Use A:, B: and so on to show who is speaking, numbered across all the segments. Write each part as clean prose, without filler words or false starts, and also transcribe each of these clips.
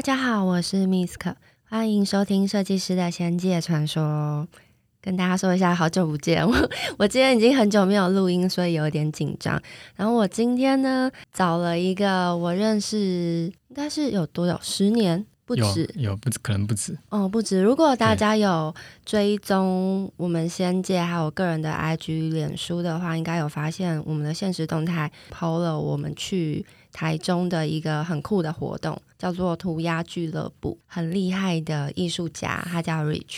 A: 家好，我是 Misk， 欢迎收听设计师的仙界传说。跟大家说一下，好久不见，我今天已经很久没有录音，所以有点紧张。然后我今天呢，找了一个我认识，应该是有多久？10年。不止
B: 有不止，可能不止
A: 哦，不止。如果大家有追踪我们仙界还有个人的 IG 脸书的话，应该有发现我们的限时动态 PO 了我们去台中的一个很酷的活动，叫做涂鸦俱乐部，很厉害的艺术家，他叫 Rich。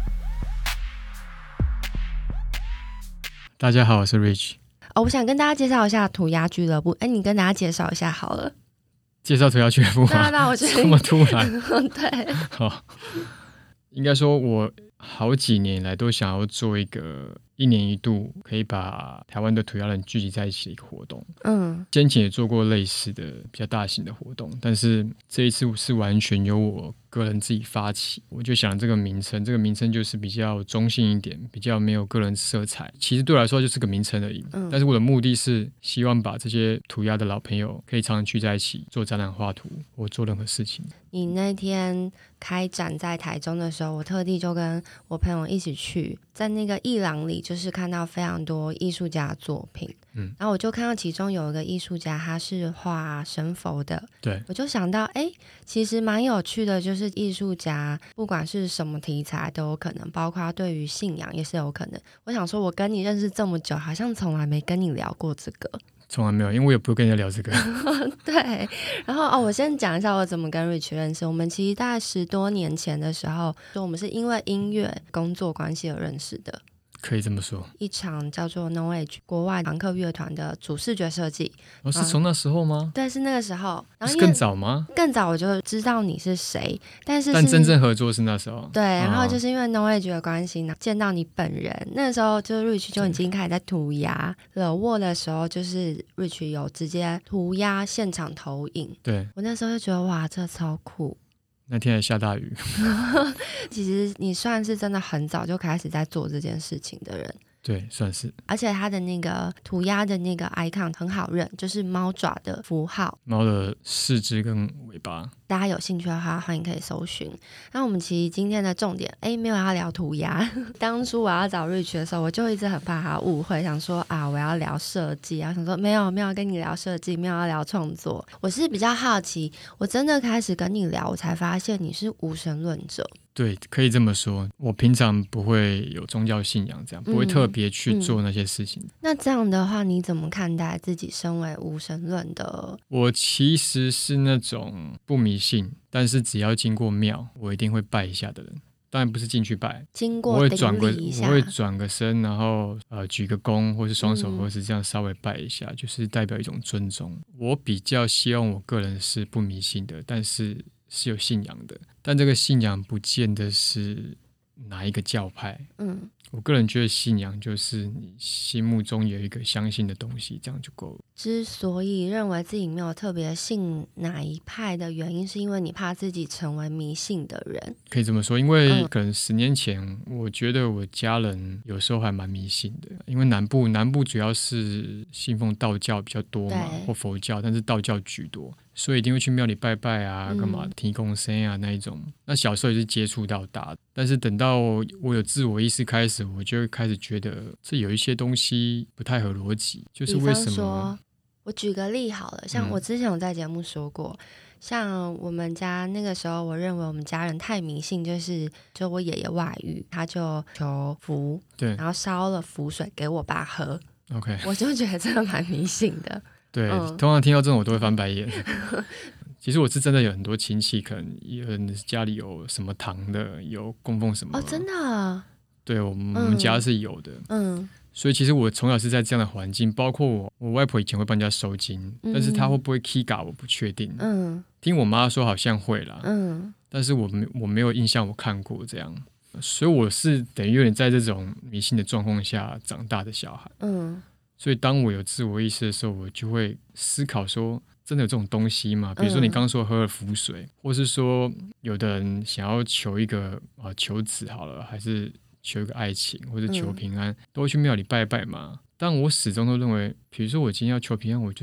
B: 大家好，我是 Rich。
A: 我想跟大家介绍一下涂鸦俱乐部。你跟大家介绍一下好了。
B: 介绍涂鸦俱乐部吗？
A: 那我
B: 这么突然？
A: 对，
B: 好，应该说我好几年来都想要做一个1年1度可以把台湾的涂鸦人聚集在一起的一个活动。先前也做过类似的比较大型的活动，但是这一次是完全由我个人自己发起。我就想这个名称就是比较中性一点，比较没有个人色彩，其实对我来说就是个名称而已。但是我的目的是希望把这些涂鸦的老朋友可以常常聚在一起做展览画图或做任何事情。
A: 你那天开展在台中的时候，我特地就跟我朋友一起去，在那个艺廊里就是看到非常多艺术家的作品。然后我就看到其中有一个艺术家，他是画神佛的。
B: 对，
A: 我就想到其实蛮有趣的，就是艺术家不管是什么题材都有可能，包括对于信仰也是有可能。我想说我跟你认识这么久，好像从来没跟你聊过这个。
B: 从来没有，因为我也不会跟人家聊这个。
A: 对，然后我先讲一下我怎么跟 Rich 认识。我们其实大概10多年前的时候，就我们是因为音乐工作关系而认识的。
B: 可以这么说，
A: 一场叫做 No Age 国外朋克乐团的主视觉设计。
B: 是从那时候吗？
A: 对，是那个时候。然后
B: 是更早吗？
A: 更早我就知道你是谁，但
B: 真正合作是那时候。
A: 对，然后就是因为 No Age 的关系，见到你本人，那时候就 Rich 就已经开始在涂鸦了。握的时候，就是 Rich 有直接涂鸦现场投影。
B: 对，
A: 我那时候就觉得哇，这超酷。
B: 那天还下大雨。
A: 其实你算是真的很早就开始在做这件事情的人。
B: 对，算是。
A: 而且他的那个涂鸦的那个 icon 很好认，就是猫爪的符号，
B: 猫的4肢跟尾巴。
A: 大家有兴趣的话，欢迎可以搜寻。那我们其实今天的重点，没有要聊涂鸦。当初我要找 Rich 的时候，我就一直很怕他误会，想说我要聊设计，然后想说没有跟你聊设计，没有要聊创作。我是比较好奇，我真的开始跟你聊，我才发现你是无神论者。
B: 对，可以这么说。我平常不会有宗教信仰，这样不会特别去做那些事情。
A: 那这样的话，你怎么看待自己身为无神论的？
B: 我其实是那种不迷信，但是只要经过庙，我一定会拜一下的人。当然不是进去拜，
A: 经过顶礼一下，
B: 我会转个身，然后举个躬，或是双手合十，这样稍微拜一下，就是代表一种尊重。我比较希望我个人是不迷信的，但是有信仰的，但这个信仰不见得是哪一个教派。我个人觉得信仰就是你心目中有一个相信的东西，这样就够了。
A: 之所以认为自己没有特别信哪一派的原因，是因为你怕自己成为迷信的人。
B: 可以这么说，因为可能10年前，我觉得我家人有时候还蛮迷信的，因为南部主要是信奉道教比较多嘛，或佛教，但是道教居多。所以一定会去庙里拜拜啊，干嘛提供生啊那一种。那小时候也是接触到大的，但是等到我有自我意识开始，我就会开始觉得这有一些东西不太合逻辑，就是为什么？
A: 比方说，我举个例好了，像我之前有在节目说过，像我们家那个时候，我认为我们家人太迷信，就我爷爷外遇，他就求符，
B: 对，
A: 然后烧了符水给我爸喝。
B: OK，
A: 我就觉得真的蛮迷信的。
B: 对，通常听到这种我都会翻白眼。其实我是真的有很多亲戚，可能有人家里有什么堂的，有供奉什么
A: 真的。
B: 对，我们家是有的。所以其实我从小是在这样的环境，包括我外婆以前会帮人家收金，但是她会不会 key 嘎我不确定。听我妈说好像会啦。但是我没有印象我看过这样，所以我是等于有点在这种迷信的状况下长大的小孩。所以当我有自我意识的时候，我就会思考说，真的有这种东西吗？比如说你刚刚说喝了符水，或是说有的人想要求一个求子好了，还是求一个爱情，或者求平安，都会去庙里拜拜嘛。但我始终都认为，比如说我今天要求平安，我就是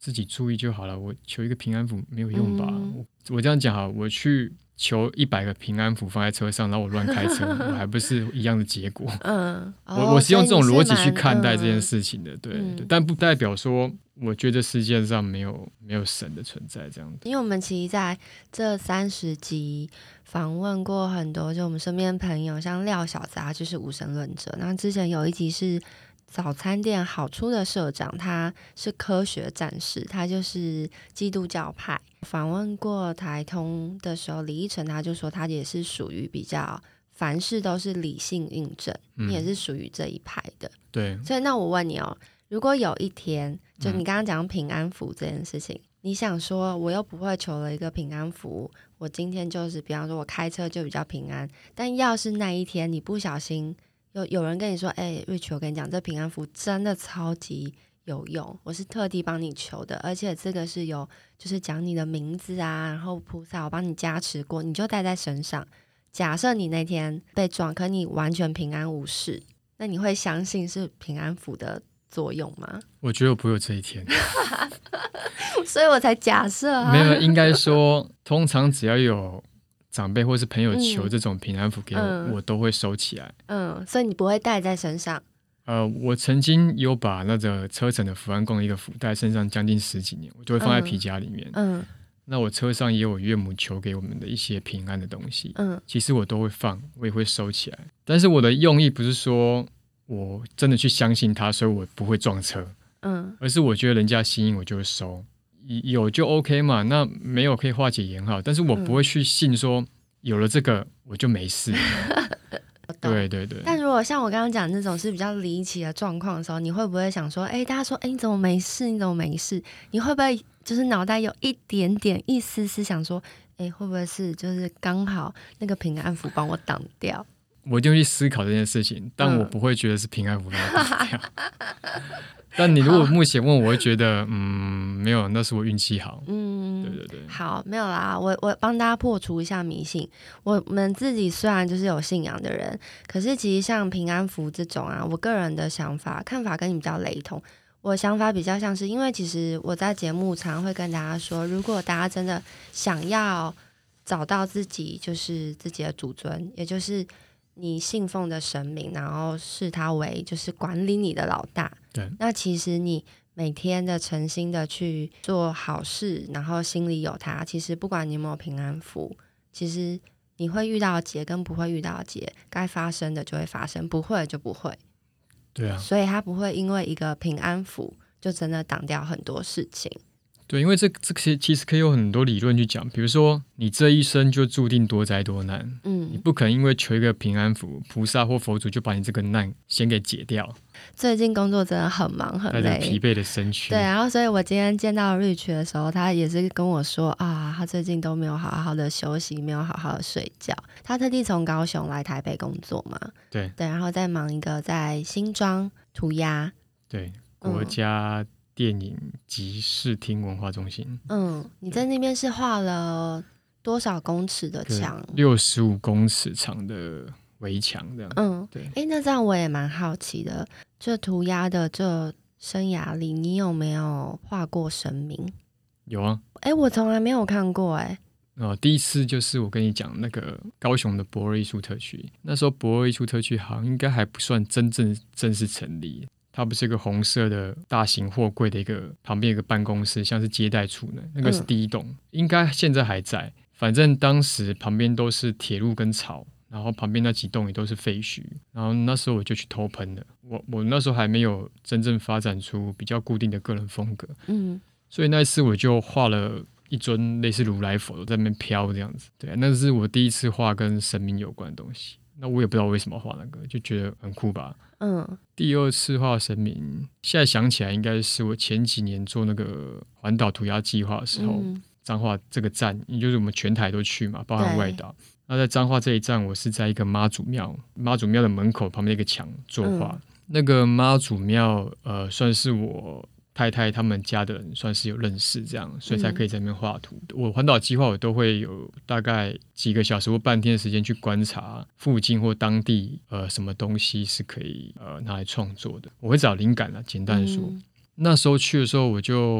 B: 自己注意就好了，我求一个平安符没有用吧？我这样讲好，我去求100个平安符放在车上，然后我乱开车，我还不是一样的结果？我是用这种逻辑去看待这件事情的，对，但不代表说我觉得世界上没有神的存在这样子。
A: 因为我们其实在这30集访问过很多就我们身边朋友，像廖小杂就是无神论者，然后之前有一集是早餐店好出的社长，他是科学战士，他就是基督教派。访问过台通的时候，李依晨他就说他也是属于比较凡事都是理性印证，你也是属于这一派的。
B: 对，
A: 所以那我问你哦，如果有一天就你刚刚讲平安符这件事情，你想说我又不会求了一个平安符，我今天就是比方说我开车就比较平安，但要是那一天你不小心有人跟你说Rich 我跟你讲这平安符真的超级有用，我是特地帮你求的，而且这个是有就是讲你的名字啊，然后菩萨我帮你加持过，你就带在身上，假设你那天被撞可你完全平安无事，那你会相信是平安符的作用吗？
B: 我觉得我不会有这一天
A: 所以我才假设啊。
B: 没有，应该说通常只要有长辈或是朋友求这种平安符给我，我都会收起来。
A: 所以你不会带在身上。
B: 我曾经有把那个车程的福安宫的一个符带身上将近10几年，我就会放在皮夹里面。那我车上也有岳母求给我们的一些平安的东西，其实我都会放，我也会收起来。但是我的用意不是说我真的去相信他，所以我不会撞车，而是我觉得人家心意我就会收，有就 OK 嘛，那没有可以化解也很好，但是我不会去信说有了这个我就没事。对对对。
A: 但如果像我刚刚讲那种是比较离奇的状况的时候，你会不会想说大家说你怎么没事，你怎么没事，你会不会就是脑袋有一点点一丝丝想说会不会是就是刚好那个平安符帮我挡掉？
B: 我一定会去思考这件事情，但我不会觉得是平安符帮我挡掉。但你如果目前问我会觉得没有，那是我运气好。对对对。
A: 好，没有啦，我帮大家破除一下迷信。我们自己虽然就是有信仰的人，可是其实像平安符这种啊，我个人的想法看法跟你比较雷同。我的想法比较像是，因为其实我在节目常会跟大家说，如果大家真的想要找到自己就是自己的主尊，也就是你信奉的神明，然后视他为就是管理你的老大，
B: 对，
A: 那其实你每天的诚心的去做好事，然后心里有他，其实不管你有没有平安符，其实你会遇到的劫跟不会遇到的劫，该发生的就会发生，不会就不会。
B: 对啊，
A: 所以他不会因为一个平安符就真的挡掉很多事情。
B: 对，因为这些其实可以有很多理论去讲，比如说你这一生就注定多灾多难，你不可能因为求一个平安符，菩萨或佛祖就把你这个难先给解掉。
A: 最近工作真的很忙很累，
B: 带着疲惫的身躯。
A: 对，然后所以我今天见到 Rich 的时候，他也是跟我说啊，他最近都没有好好的休息，没有好好的睡觉。他特地从高雄来台北工作嘛，
B: 对，
A: 然后再忙一个在新庄涂鸦，
B: 对，国家电影及视听文化中心。
A: 你在那边是画了多少公尺的墙
B: ？65公尺长的围墙这样。对。
A: 那这样我也蛮好奇的，这涂鸦的这生涯里，你有没有画过神明？
B: 有啊。
A: 我从来没有看过
B: 第一次就是我跟你讲那个高雄的博尔艺术特区，那时候博尔艺术特区好像应该还不算正式成立，它不是一个红色的大型货柜的一个旁边有个办公室，像是接待处呢，那个是第一栋，应该现在还在。反正当时旁边都是铁路跟草，然后旁边那几栋也都是废墟，然后那时候我就去偷喷了。我那时候还没有真正发展出比较固定的个人风格，所以那一次我就画了一尊类似如来佛在那边飘这样子。对，那是我第一次画跟神明有关的东西。那我也不知道为什么画那个，就觉得很酷吧。第二次画神明，现在想起来应该是我前几年做那个环岛涂鸦计划的时候，彰化这个站，也就是我们全台都去嘛，包含外岛。那在彰化这一站，我是在一个妈祖庙的门口旁边一个墙作画。那个妈祖庙，算是我太太他们家的人算是有认识这样，所以才可以在那边画图。我环岛计划我都会有大概几个小时或半天的时间去观察附近或当地什么东西是可以拿来创作的。我会找灵感啦，简单的说。那时候去的时候我就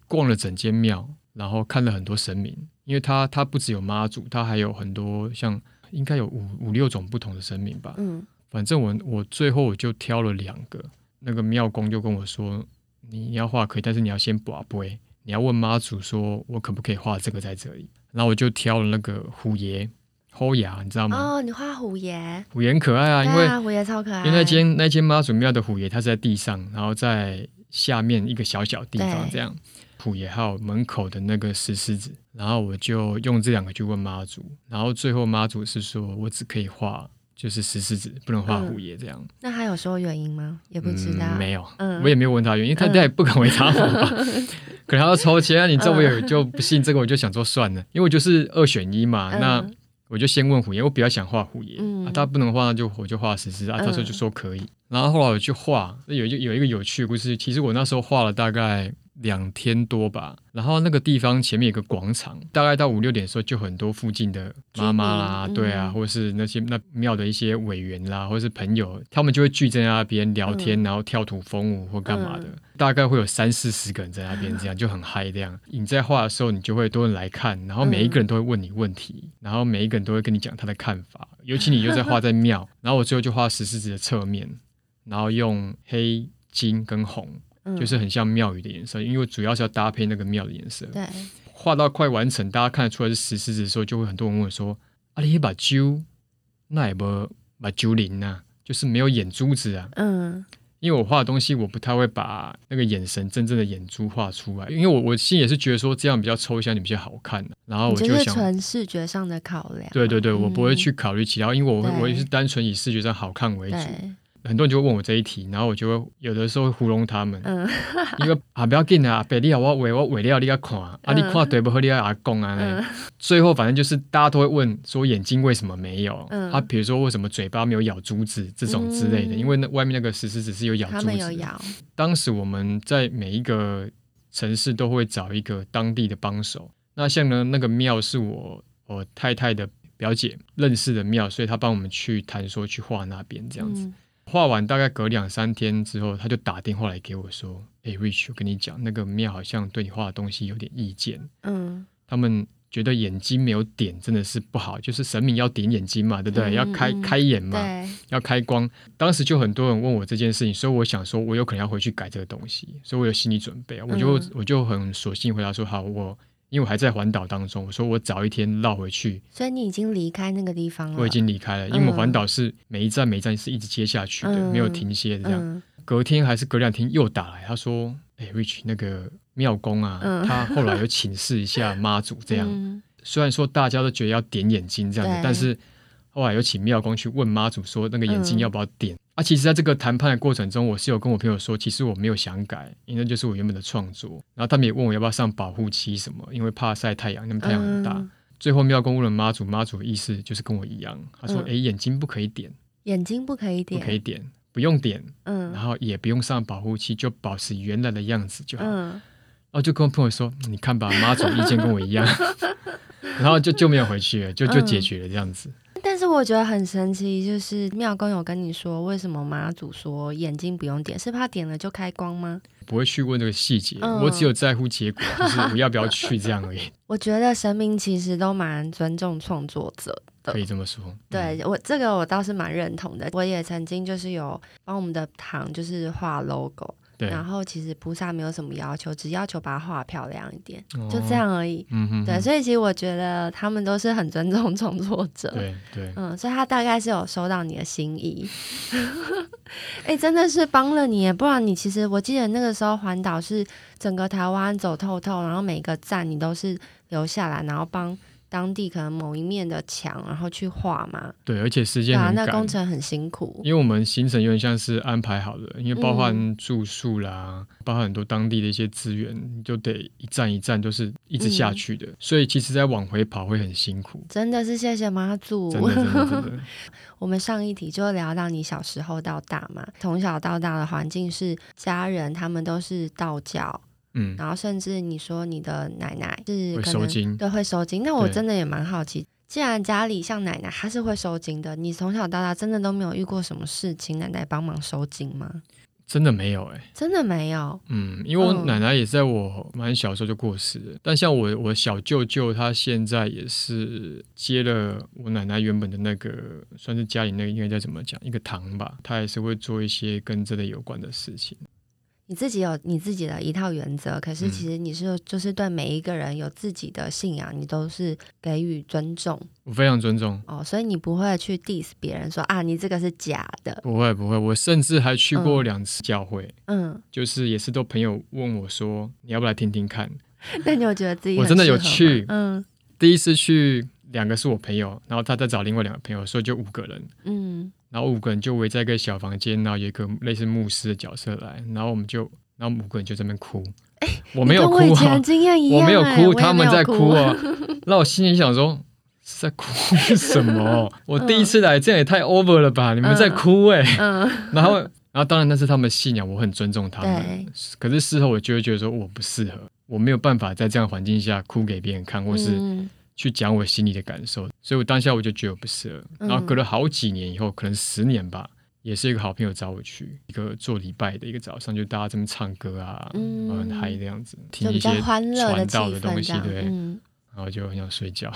B: 逛了整间庙，然后看了很多神明，因为他不只有妈祖，他还有很多像应该有五六种不同的神明吧。反正我最后我就挑了2个，那个庙公就跟我说，你要画可以，但是你要先跋杯，你要问妈祖说我可不可以画这个在这里。然后我就挑了那个虎爷虎牙，你知道吗？
A: 哦，你画虎爷，
B: 虎爷很可爱啊，因为
A: 虎爷超可爱。
B: 因为那间妈祖庙的虎爷，它是在地上，然后在下面一个小小地方这样。虎爷还有门口的那个石狮子，然后我就用这2个去问妈祖，然后最后妈祖是说我只可以画就是石狮子，不能画虎爷这样。
A: 那他有说原因吗？也不知道。
B: 没有，我也没有问他原因，他也不敢回答我吧。可能他要抽签啊，你这我也就不信这个，我就想说算了，因为我就是2选1嘛。那我就先问虎爷，我比较想画虎爷，他不能画，我就画石狮子啊。他说就说可以，然后后来我去画，有一个有趣的故事。其实我那时候画了大概2天多吧，然后那个地方前面有个广场，大概到5、6点的时候，就很多附近的妈妈啦，对啊，或是那庙的一些委员啦，或是朋友，他们就会聚在那边聊天，然后跳土风舞或干嘛的，大概会有30-40个人在那边，这样就很嗨。这样你在画的时候，你就会多人来看，然后每一个人都会问你问题，然后每一个人都会跟你讲他的看法。尤其你又在画在庙，然后我最后就画石狮子的侧面，然后用黑、金跟红。就是很像庙宇的颜色，因为主要是要搭配那个庙的颜色。
A: 对，
B: 画到快完成，大家看得出来是石狮子的时候，就会很多人问我说：“啊，你把揪那也不把揪灵啊，就是没有眼珠子啊。”因为我画的东西，我不太会把那个眼神真正的眼珠画出来，因为我心里也是觉得说这样比较抽象，比较好看的。然后我就想，
A: 就是纯视觉上的考量。
B: 对，我不会去考虑其他，因为我也是单纯以视觉上好看为主。很多人就会问我这一题，然后我就会有的时候会糊弄他们，因为不要紧啊，爸你我画了你要看你看对不好你要讲啊。最后反正就是大家都会问说眼睛为什么没有，比如说为什么嘴巴没有咬珠子这种之类的，因为外面那个石狮子是有咬珠子，他们有咬。当时我们在每一个城市都会找一个当地的帮手，那像呢那个庙是我太太的表姐认识的庙，所以她帮我们去谈说去画那边这样子。画完大概隔2-3天之后，他就打电话来给我说：“Rich， 我跟你讲，那个庙好像对你画的东西有点意见。他们觉得眼睛没有点真的是不好，就是神明要点眼睛嘛，对不对？要开眼嘛，要开光。当时就很多人问我这件事情，所以我想说，我有可能要回去改这个东西，所以我有心理准备。我就很索性回答说：好，因为我还在环岛当中，我说我早一天绕回去。
A: 所以你已经离开那个地方了？
B: 我已经离开了，因为我环岛是每一站是一直接下去的，没有停歇的这样。隔天还是隔2天又打来，他说：“Rich， 那个庙公啊，他后来有请示一下妈祖这样。虽然说大家都觉得要点眼睛这样子，但是后来有请庙公去问妈祖说那个眼睛要不要点。其实在这个谈判的过程中，我是有跟我朋友说，其实我没有想改，因为那就是我原本的创作。然后他们也问我要不要上保护期什么，因为怕晒太阳，因为太阳很大。最后庙公问了妈祖，妈祖的意思就是跟我一样，他说：眼睛不可以点，
A: 眼睛不可以点，
B: 不可以点，不用点，然后也不用上保护期，就保持原来的样子就好。然后就跟我朋友说，你看吧，妈祖意见跟我一样，然后就没有回去了，就解决了这样子。
A: 但是我觉得很神奇，就是庙公有跟你说为什么妈祖说眼睛不用点，是怕点了就开光吗？
B: 不会去问这个细节，我只有在乎结果，就是我要不要去这样而已。
A: 我觉得神明其实都蛮尊重创作者的，
B: 可以这么说。
A: 对，我倒是蛮认同的。我也曾经就是有帮我们的堂就是画 logo。然后其实菩萨没有什么要求，只要求把它画漂亮一点，就这样而已。对，所以其实我觉得他们都是很尊重创作者。
B: 对，
A: 所以他大概是有收到你的心意。真的是帮了你耶，不然你其实我记得那个时候环岛是整个台湾走透透，然后每个站你都是留下来，然后帮当地可能某一面的墙，然后去画嘛。
B: 对，而且时间很赶，
A: 那工程很辛苦。
B: 因为我们行程有点像是安排好的，因为包含住宿啦，包含很多当地的一些资源，你就得一站一站都是一直下去的，所以其实在往回跑会很辛苦。
A: 真的是谢谢妈祖，
B: 真的。
A: 我们上一题就聊到你小时候到大嘛，从小到大的环境是家人他们都是道教。然后甚至你说你的奶奶是
B: 会收金，
A: 对，会收金。那我真的也蛮好奇，既然家里像奶奶她是会收金的，你从小到大真的都没有遇过什么事情奶奶帮忙收金吗？
B: 真的没有
A: 真的没有。
B: 因为我奶奶也在我蛮小的时候就过世了，但像我小舅舅他现在也是接了我奶奶原本的那个算是家里那个应该叫怎么讲一个堂吧，他也是会做一些跟这类有关的事情。
A: 你自己有你自己的一套原则，可是其实你是就是对每一个人有自己的信仰，你都是给予尊重。
B: 我非常尊重
A: 所以你不会去 diss 别人说啊你这个是假的。
B: 不会，我甚至还去过2次教会。就是也是都朋友问我说你要不要来听听看。
A: 那你有觉得自己
B: 我真的有去。第一次去2个是我朋友，然后他再找另外2个朋友，所以就5个人。然后5个人就围在一个小房间，然后有一个类似牧师的角色来，然后5个人就在那边哭。我没有哭我没有哭，他们在哭那我心里想说是在哭什么？我第一次来，这样也太 over 了吧？你们在哭然后当然那是他们的信仰，我很尊重他们。可是事后我就会觉得说我不适合，我没有办法在这样的环境下哭给别人看，或是去讲我心里的感受，所以我当下我就觉得我不适合。然后隔了好几年以后，可能10年吧，也是一个好朋友找我去一个做礼拜的一个早上，就大家这么唱歌啊，很嗨的样子，听一些传道的东西，对，然后就很想睡觉。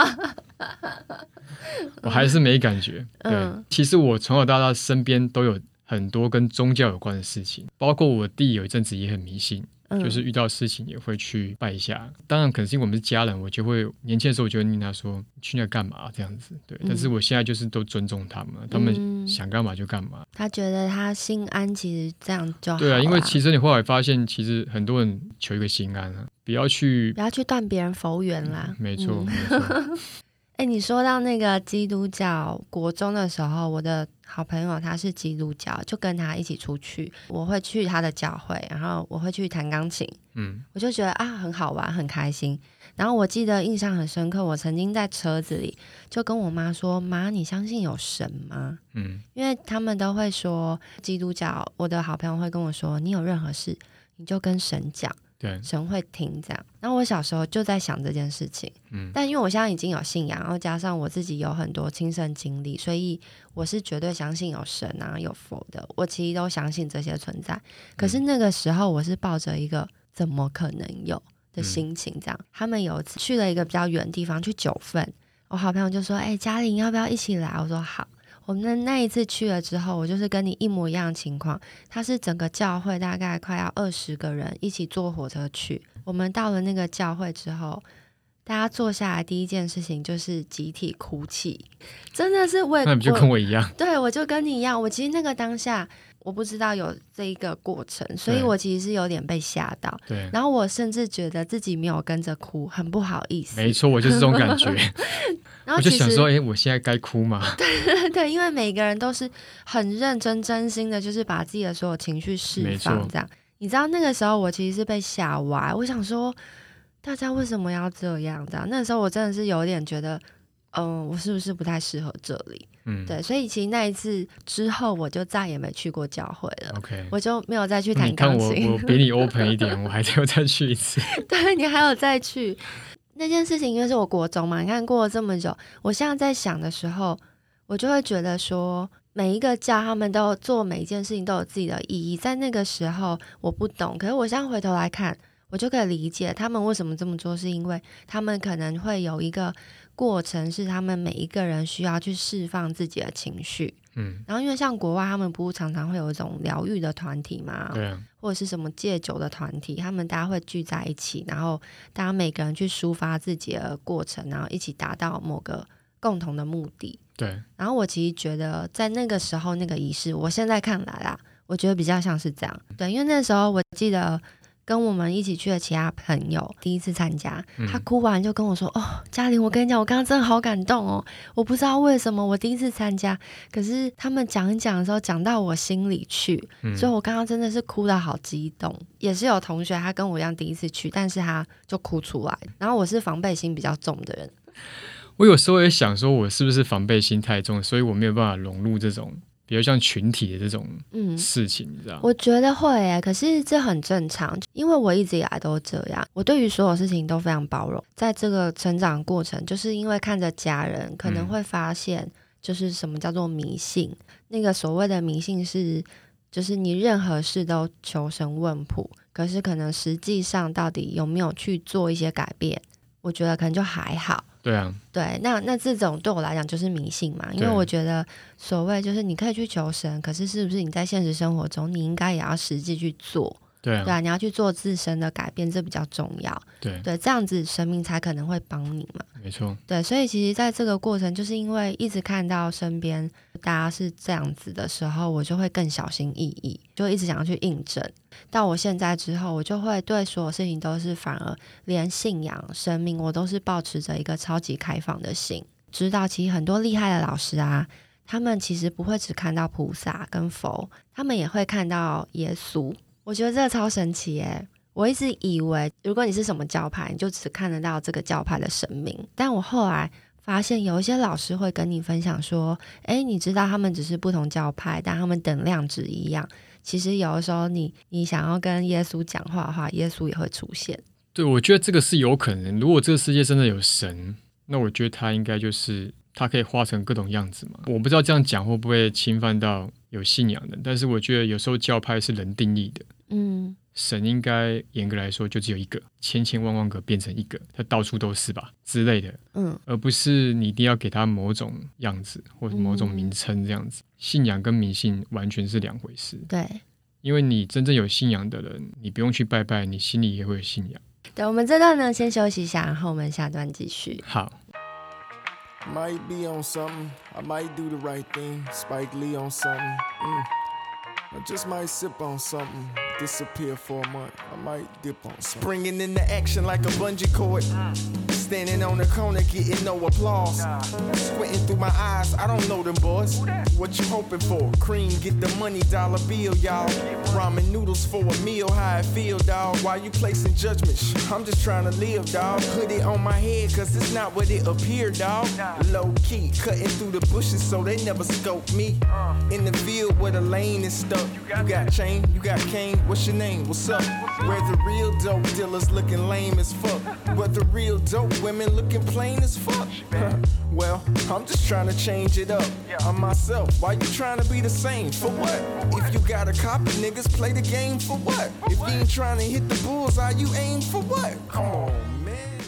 B: 我还是没感觉。对，其实我从小到大身边都有很多跟宗教有关的事情，包括我弟有一阵子也很迷信。就是遇到事情也会去拜一下，当然可能是因为我们是家人，我就会年轻的时候我就会念他说去那干嘛这样子。对，但是我现在就是都尊重他们，他们想干嘛就干嘛。
A: 他觉得他心安，其实这样就好。
B: 对啊，因为其实你后来发现，其实很多人求一个心安不要去
A: 断别人佛缘啦。
B: 没错没错。
A: 你说到那个基督教，国中的时候我的好朋友他是基督教，就跟他一起出去，我会去他的教会，然后我会去弹钢琴。我就觉得很好玩很开心。然后我记得印象很深刻，我曾经在车子里就跟我妈说，妈你相信有神吗？因为他们都会说基督教，我的好朋友会跟我说你有任何事你就跟神讲，对，神会听这样。然后我小时候就在想这件事情，但因为我现在已经有信仰，然后加上我自己有很多亲身经历，所以我是绝对相信有神啊有佛的，我其实都相信这些存在。可是那个时候我是抱着一个怎么可能有的心情这样。他们有一次去了一个比较远的地方，去9份，我好朋友就说嘉玲要不要一起来，我说好。我们那一次去了之后，我就是跟你一模一样的情况，他是整个教会大概快要20个人一起坐火车去。我们到了那个教会之后，大家坐下来第一件事情就是集体哭泣，真的是
B: 那你就跟我一样。
A: 对，我就跟你一样。我其实那个当下我不知道有这一个过程，所以我其实是有点被吓到。对，然后我甚至觉得自己没有跟着哭，很不好意思。
B: 没错，我就是这种感觉。然后我就想说我现在该哭吗？
A: 对对，因为每个人都是很认真真心的，就是把自己的所有情绪释放这样。你知道那个时候我其实是被吓歪，我想说大家为什么要这样这样。那个时候我真的是有点觉得我是不是不太适合这里。对，所以其实那一次之后我就再也没去过教会了。我就没有再去弹钢琴。
B: 你看我比你 open 一点，我还是要再去一次。
A: 对，你还有再去那件事情，因为是我国中嘛，你看过了这么久，我现在在想的时候，我就会觉得说每一个教他们都做每一件事情都有自己的意义。在那个时候我不懂，可是我现在回头来看，我就可以理解他们为什么这么做，是因为他们可能会有一个过程，是他们每一个人需要去释放自己的情绪。然后因为像国外他们不是常常会有一种疗愈的团体嘛，对啊，或者是什么戒酒的团体，他们大家会聚在一起，然后大家每个人去抒发自己的过程，然后一起达到某个共同的目的。对，然后我其实觉得在那个时候那个仪式，我现在看来啦，我觉得比较像是这样。对，因为那时候我记得跟我们一起去的其他朋友第一次参加，他哭完就跟我说嘉玲，我跟你讲，我刚刚真的好感动我不知道为什么我第一次参加，可是他们讲一讲的时候讲到我心里去，所以我刚刚真的是哭得好激动。也是有同学他跟我一样第一次去，但是他就哭出来，然后我是防备心比较重的人。
B: 我有时候也想说我是不是防备心太重，所以我没有办法融入这种比较像群体的这种事情，你知道？
A: 我觉得会可是这很正常，因为我一直以来都这样，我对于所有事情都非常包容。在这个成长过程，就是因为看着家人可能会发现就是什么叫做迷信，那个所谓的迷信是就是你任何事都求神问卜，可是可能实际上到底有没有去做一些改变，我觉得可能就还好。
B: 对啊，
A: 对，那这种对我来讲就是迷信嘛，因为我觉得所谓就是你可以去求神，可是是不是你在现实生活中你应该也要实际去做？
B: 对啊，
A: 你要去做自身的改变，这比较重要。
B: 对，
A: 这样子神明才可能会帮你嘛。
B: 没错。
A: 对，所以其实在这个过程，就是因为一直看到身边大家是这样子的时候，我就会更小心翼翼，就一直想要去印证。到我现在之后，我就会对所有事情都是反而连信仰神明，我都是抱持着一个超级开放的心。知道其实很多厉害的老师啊，他们其实不会只看到菩萨跟佛，他们也会看到耶稣。我觉得这个超神奇耶！我一直以为如果你是什么教派，你就只看得到这个教派的神明，但我后来发现有一些老师会跟你分享说，你知道他们只是不同教派，但他们等量值一样。其实有的时候你想要跟耶稣讲话的话，耶稣也会出现。
B: 对，我觉得这个是有可能。如果这个世界真的有神，那我觉得他应该就是他可以化成各种样子嘛。我不知道这样讲会不会侵犯到有信仰的，但是我觉得有时候教派是人定义的。神应该严格来说就只有一个，千千万万个变成一个，它到处都是吧之类的，而不是你一定要给它某种样子或者某种名称这样子。信仰跟迷信完全是两回事。
A: 对，
B: 因为你真正有信仰的人，你不用去拜拜，你心里也会有信仰。
A: 对，我们这段呢先休息一下，然后我们下段继续。
B: 好。
C: Might be on something, I might do the right thing, Spike Lee on something, I just might sip on something, disappear for a month, I might dip on something. Springing into action like a bungee cord, standing on the corner getting no applause, squinting through my eyes, I don't know them boys. What you hoping for? Cream, get the money, dollar bill, y'all. Ramen noodles for a meal, how it feel, dawg. Why you placing judgments? I'm just trying to live, dawg. Hoodie on my head, cause it's not what it appeared, dawg. Low key, cutting through the bushes so they never scope me. In the field where the lane is stuck. You got chain, you got cane, what's your name? What's up? Where the real dope dealers looking lame as fuck, but the real dope women looking plain as fuck. Well, I'm just trying to change it up. I'm myself, why you trying to be the same? For what? If you got a copy, niggas play the game for what? If you ain't trying to hit the bullseye, you aim for what? Come on, man.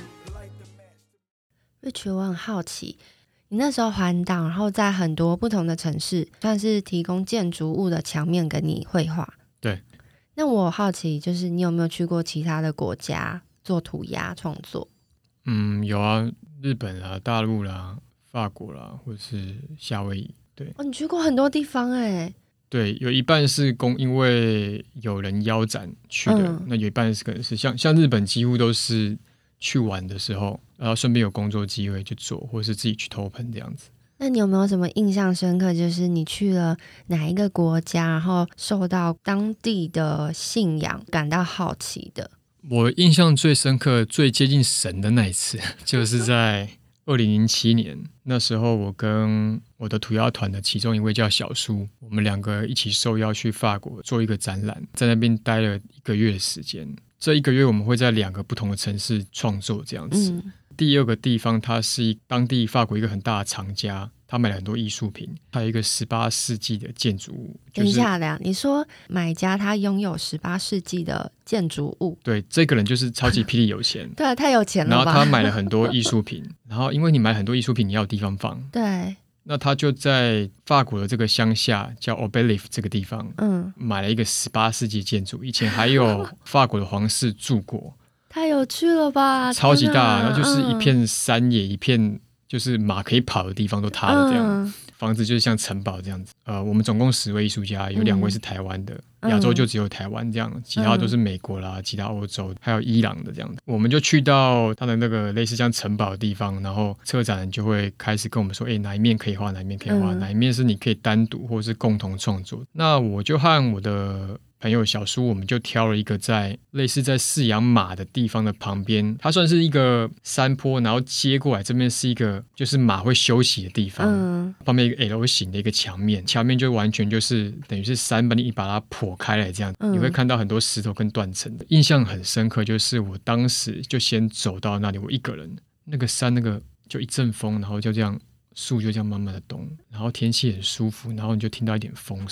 A: Rich， 我很好奇，你那时候环岛，然后在很多不同的城市，算是提供建筑物的墙面给你绘画。
B: 对。
A: 那我好奇，就是你有没有去过其他的国家做涂鸦创作？
B: 有啊，日本啦、大陆啦、法国啦，或者是夏威夷。对。
A: 你去过很多地方欸。
B: 对，有一半是因为有人邀展去的，那有一半是可能是像日本几乎都是去玩的时候，然后顺便有工作机会去做，或者是自己去偷喷这样子。
A: 那你有没有什么印象深刻，就是你去了哪一个国家，然后受到当地的信仰感到好奇的？
B: 我印象最深刻、最接近神的那一次，就是在2007年，那时候我跟我的涂鸦团的其中一位叫小苏，我们两个一起受邀去法国做一个展览，在那边待了1个月的时间。这1个月我们会在2个不同的城市创作这样子。第2个地方，它是当地法国一个很大的厂家，他买了很多艺术品，还有一个18世纪的建筑物。
A: 等一下，你说买家他拥有18世纪的建筑物？
B: 对，这个人就是超级霹雳有钱。
A: 对啊，太有钱了吧。
B: 然后他买了很多艺术品，然后因为你买很多艺术品，你要有地方放。
A: 对。
B: 那他就在法国的这个乡下叫 Aubelive 这个地方，买了一个18世纪建筑，以前还有法国的皇室住过。
A: 太有趣了吧，
B: 超级大，然后就是一片山野，一片就是马可以跑的地方都塌了这样。房子就是像城堡这样子。我们总共10位艺术家，有2位是台湾的，亚洲就只有台湾这样，其他都是美国啦，其他欧洲还有伊朗的这样子。我们就去到他的那个类似像城堡的地方，然后策展人就会开始跟我们说，哪一面可以画，哪一面可以画，哪一面是你可以单独或是共同创作。那我就和我的朋友小苏，我们就挑了一个在类似在饲养马的地方的旁边，它算是一个山坡，然后接过来这边是一个就是马会休息的地方，旁边一个 L 型的一个墙面就完全就是等于是山把你把它破开来这样，你会看到很多石头跟断层的。印象很深刻，就是我当时就先走到那里，我一个人，那个山那个就一阵风，然后就这样树就这样慢慢的动，然后天气很舒服，然后你就听到一点风声，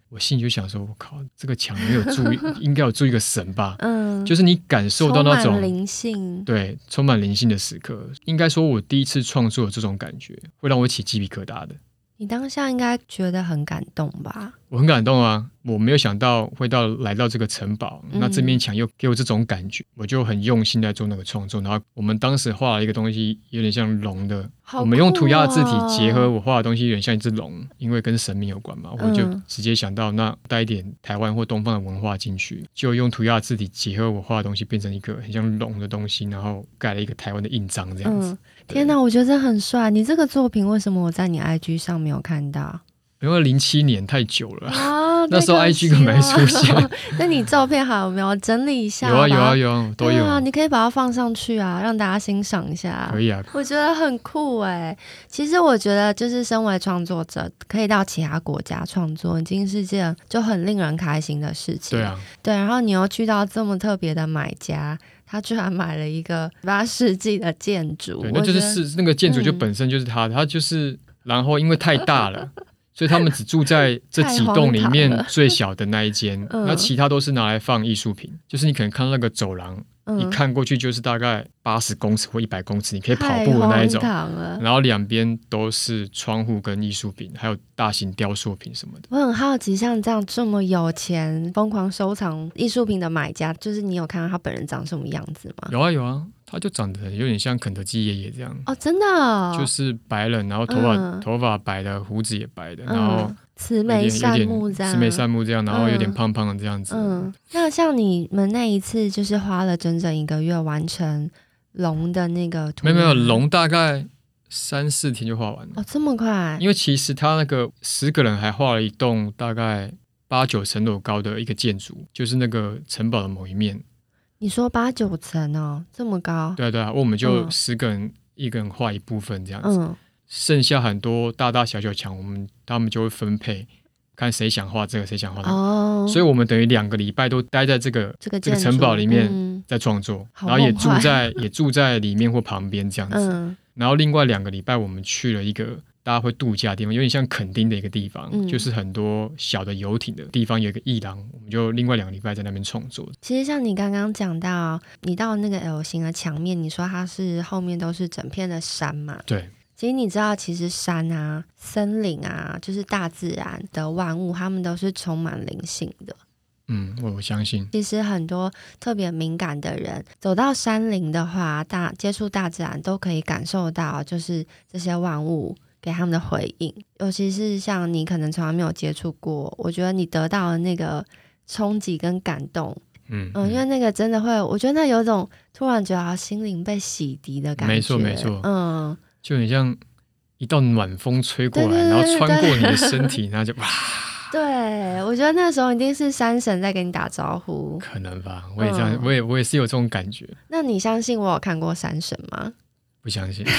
B: 我心里就想说，我靠，这个墙没有住应该有住一个神吧。就是你感受到那种
A: 充满灵性，
B: 对，充满灵性的时刻。应该说我第一次创作的这种感觉会让我起鸡皮疙瘩的。
A: 你当下应该觉得很感动吧？
B: 我很感动啊，我没有想到会来到这个城堡，那这面墙又给我这种感觉，我就很用心在做那个创作。然后我们当时画了一个东西有点像龙的，我们用涂鸦的字体结合我画的东西有点像一只龙，因为跟神明有关嘛，我就直接想到那带一点台湾或东方的文化进去，就用涂鸦的字体结合我画的东西变成一个很像龙的东西，然后盖了一个台湾的印章这样子。
A: 天哪，我觉得很帅！你这个作品为什么我在你 IG 上没有看到？
B: 因为07年太久了，那时候 IG 根本没出现。
A: 那你照片还有没有整理一下？
B: 有啊，都有啊。
A: 你可以把它放上去啊，让大家欣赏一下。
B: 可以啊，
A: 我觉得很酷欸。其实我觉得，就是身为创作者，可以到其他国家创作，已经是件就很令人开心的事情。
B: 对啊，
A: 对。然后你又去到这么特别的买家，他居然买了一个18世纪的建筑。
B: 对，那就是那个建筑就本身就是他就是，然后因为太大了。所以他们只住在这几栋里面最小的那一间，那其他都是拿来放艺术品。就是你可能看到那个走廊，一看过去就是大概80公尺或100公尺，你可以跑步的那一种。然后两边都是窗户跟艺術品，还有大型雕塑品什么的。
A: 我很好奇，像这么有钱、疯狂收藏艺术品的买家，就是你有看到他本人长什么样子吗？
B: 有啊。他就长得有点像肯德基爷爷这样
A: 哦，真的哦？
B: 就是白人，然后头发白的，胡子也白的，然后
A: 慈眉善目这样，
B: 然后有点胖胖的这样子。
A: 那像你们那一次就是花了整整1个月完成龙的那个图？
B: 没有，龙大概3-4天就画完了。
A: 哦，这么快？
B: 因为其实他那个10个人还画了一栋大概8-9层楼高的一个建筑，就是那个城堡的某一面。
A: 你说8-9层哦，这么高？
B: 对啊，我们就10个人，一个人画一部分这样子。剩下很多大大小小墙，他们就会分配，看谁想画这个，谁想画那个。所以我们等于2个礼拜都待在这个城堡里面在创作，然后也住在里面或旁边这样子。然后另外2个礼拜我们去了一个大家会度假的地方，有点像垦丁的一个地方，就是很多小的游艇的地方，有一个艺廊，我们就另外2个礼拜在那边创作。
A: 其实像你刚刚讲到，你到那个 L 型的墙面，你说它是后面都是整片的山嘛？
B: 对。
A: 其实你知道，其实山啊、森林啊，就是大自然的万物，它们都是充满灵性的。
B: 我相信。
A: 其实很多特别敏感的人走到山林的话，接触大自然都可以感受到，就是这些万物给他们的回应。尤其是像你可能从来没有接触过，我觉得你得到的那个冲击跟感动，因为那个真的会，我觉得那有种突然觉得心灵被洗涤的感觉。
B: 没错，就很像一道暖风吹过来，然后穿过你的身体，然后就哇。
A: 对，我觉得那时候一定是山神在跟你打招呼。
B: 可能吧，我也这样，我也是有这种感觉。
A: 那你相信我有看过山神吗？
B: 不相信。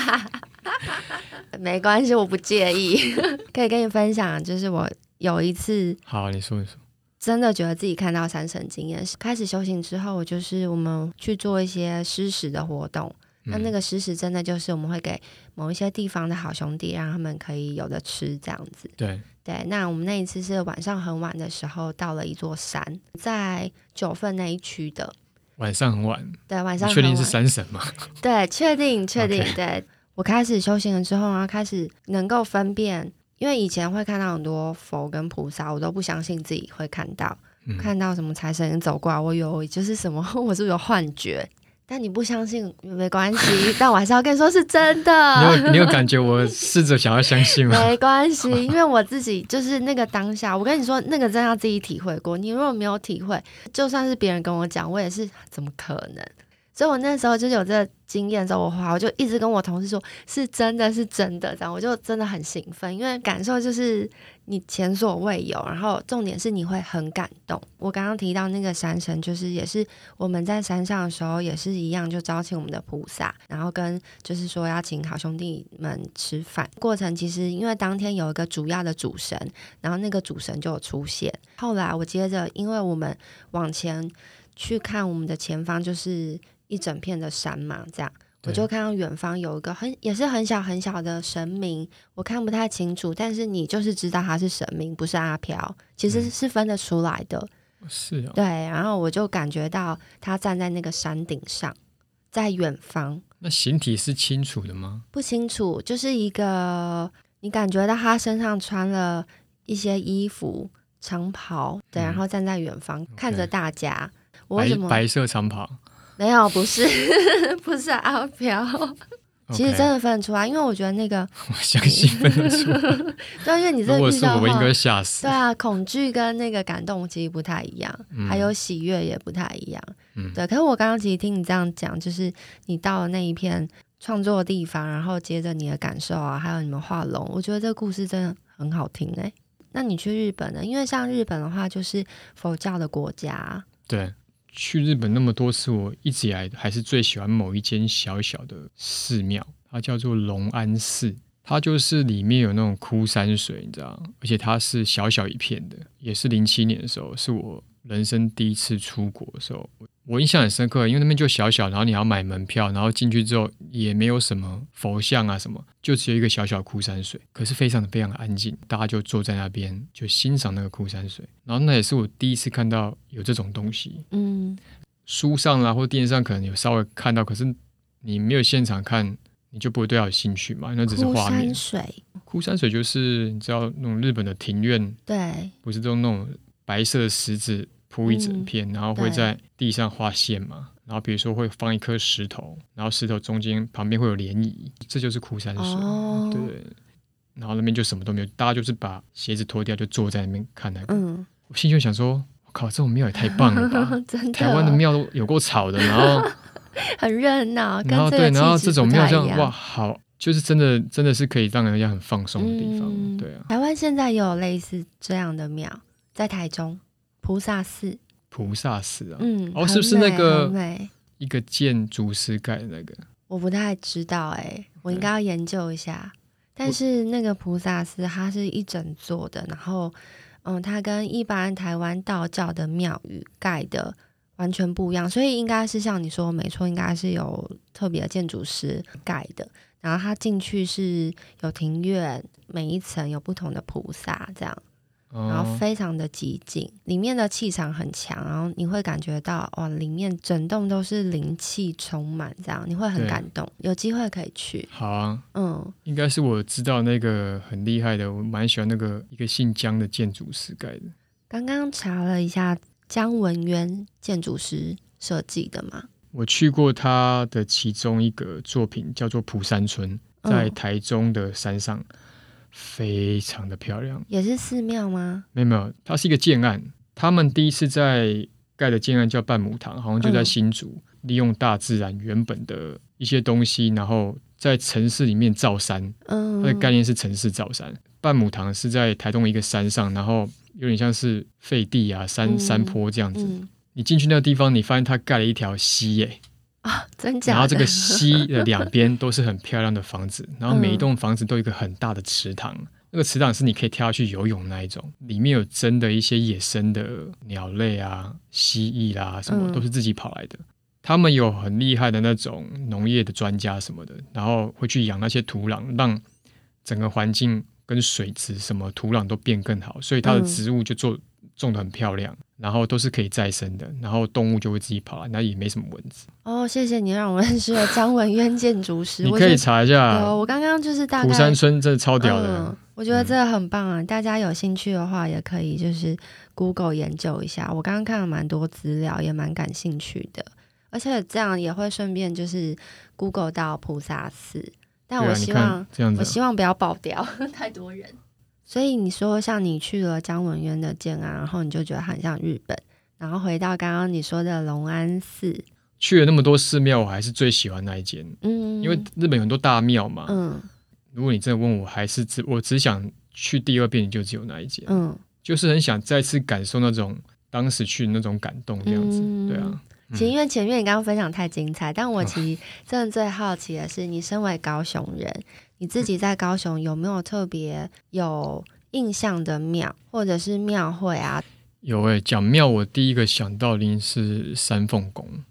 A: 没关系，我不介意。可以跟你分享，就是我有一次，
B: 好，你说。
A: 真的觉得自己看到山神经验。开始修行之后，我们去做一些施食的活动。那个施食真的就是我们会给某一些地方的好兄弟，让他们可以有的吃这样子。
B: 对，
A: 那我们那一次是晚上很晚的时候到了一座山，在9份那一区的。
B: 晚上很晚。
A: 对，晚上很晚。
B: 确定是山神吗？
A: 对，确定。
B: Okay.
A: 对，我开始修行了之后，然后开始能够分辨，因为以前会看到很多佛跟菩萨，我都不相信自己会看到，看到什么财神走过来，我以为就是什么，我是不是有幻觉？但你不相信没关系，但我还是要跟你说是真的。
B: 你有感觉我试着想要相信吗？
A: 没关系，因为我自己就是那个当下，我跟你说那个真的要自己体会过。你如果没有体会，就算是别人跟我讲，我也是怎么可能？所以我那时候就有这个经验之后，我就一直跟我同事说是真的这样，我就真的很兴奋，因为感受就是你前所未有，然后重点是你会很感动。我刚刚提到那个山神，就是也是我们在山上的时候也是一样，就招请我们的菩萨，然后跟就是说要请好兄弟们吃饭。过程其实因为当天有一个主要的主神，然后那个主神就有出现。后来我接着，因为我们往前去看，我们的前方就是一整片的山嘛，这样我就看到远方有一个也是很小很小的神明，我看不太清楚，但是你就是知道他是神明，不是阿飘，其实是分得出来的。
B: 是啊，
A: 对，然后我就感觉到他站在那个山顶上，在远方。
B: 那形体是清楚的吗？
A: 不清楚，就是一个你感觉到他身上穿了一些衣服长袍，对，然后站在远方看着大家。我为什么
B: 白色长袍？
A: 没有，不是不是阿飘。其实真的分得出来，因为我觉得那个
B: 我相信分得出来。
A: 对，因为你这个遇到的话，
B: 如果是我应该吓死。
A: 对啊，恐惧跟那个感动其实不太一样，还有喜悦也不太一样。对，可是我刚刚其实听你这样讲，就是你到了那一片创作的地方，然后接着你的感受啊，还有你们画龙，我觉得这个故事真的很好听欸。那你去日本呢？因为像日本的话，就是佛教的国家。
B: 对，去日本那么多次，我一直以来还是最喜欢某一间小小的寺庙，它叫做龙安寺。它就是里面有那种枯山水，你知道，而且它是小小一片的，也是07年的时候，是我人生第一次出国的时候，我印象很深刻，因为那边就小小，然后你要买门票，然后进去之后也没有什么佛像啊什么，就只有一个小小枯山水，可是非常的安静，大家就坐在那边就欣赏那个枯山水，然后那也是我第一次看到有这种东西。书上啦或电视上可能有稍微看到，可是你没有现场看，你就不会对它有兴趣嘛，那只是画面。枯山水就是你知道那种日本的庭院，对，不是都那种白色的石子铺一整片，然后会在地上画线嘛，然后比如说会放一颗石头，然后石头中间旁边会有涟漪，这就是枯山水。对，然后那边就什么都没有，大家就是把鞋子脱掉就坐在那边看那个。我心里就想说，我靠，这种庙也太棒了吧！真的，台湾的庙都有够吵的，然后
A: 很热闹，
B: 然后对，然后这种庙这样哇，好，就是真的是可以让人家很放松的地方。对啊，
A: 台湾现在也有类似这样的庙，在台中菩萨寺。
B: 菩萨寺啊，是不是那个一个建筑师盖的那个？
A: 我不太知道我应该要研究一下。但是那个菩萨寺它是一整座的，然后它跟一般台湾道教的庙宇盖的完全不一样，所以应该是像你说没错，应该是有特别的建筑师盖的。然后它进去是有庭院，每一层有不同的菩萨这样，然后非常的寂静，里面的气场很强，然后你会感觉到哇，里面整栋都是灵气充满，这样你会很感动。有机会可以去。
B: 好啊，应该是我知道那个很厉害的，我蛮喜欢那个一个姓江的建筑师盖的。
A: 刚刚查了一下，江文渊建筑师设计的嘛。
B: 我去过他的其中一个作品叫做蒲山村，在台中的山上，非常的漂亮。
A: 也是寺庙吗？
B: 没有，它是一个建案。他们第一次在盖的建案叫半亩堂，好像就在新竹，利用大自然原本的一些东西，然后在城市里面造山。它的概念是城市造山。半亩堂是在台东一个山上，然后有点像是废地啊、山坡这样子。你进去那个地方，你发现它盖了一条溪
A: 真假的？
B: 然后这个溪的两边都是很漂亮的房子，然后每一栋房子都有一个很大的池塘，那个池塘是你可以跳下去游泳那一种，里面有真的一些野生的鸟类啊、蜥蜴啦，什么都是自己跑来的。他们有很厉害的那种农业的专家什么的，然后会去养那些土壤，让整个环境跟水质什么土壤都变更好，所以它的植物就种得很漂亮，然后都是可以再生的，然后动物就会自己跑来，那也没什么蚊子。
A: 谢谢你让我认识了江文渊建筑师。
B: 你可以查一下。
A: 我刚刚就是大概
B: 蒲山村真的超屌的。
A: 我觉得这个很棒啊，大家有兴趣的话也可以就是 Google 研究一下。我刚刚看了蛮多资料，也蛮感兴趣的，而且这样也会顺便就是 Google 到菩萨寺。但我希望我希望不要爆掉太多人。所以你说像你去了江文渊的建案，然后你就觉得很像日本，然后回到刚刚你说的龙安寺，
B: 去了那么多寺庙，我还是最喜欢那一间。因为日本有很多大庙嘛。如果你真的问我，我只想去第二遍，就只有那一间。就是很想再次感受那种当时去的那种感动这样子。对啊。
A: 其实因为前面你刚刚分享太精彩，但我其实真的最好奇的是，你身为高雄人，你自己在高雄有没有特别有印象的庙或者是庙会啊？
B: 有讲庙，我第一个想到的是三凤宫。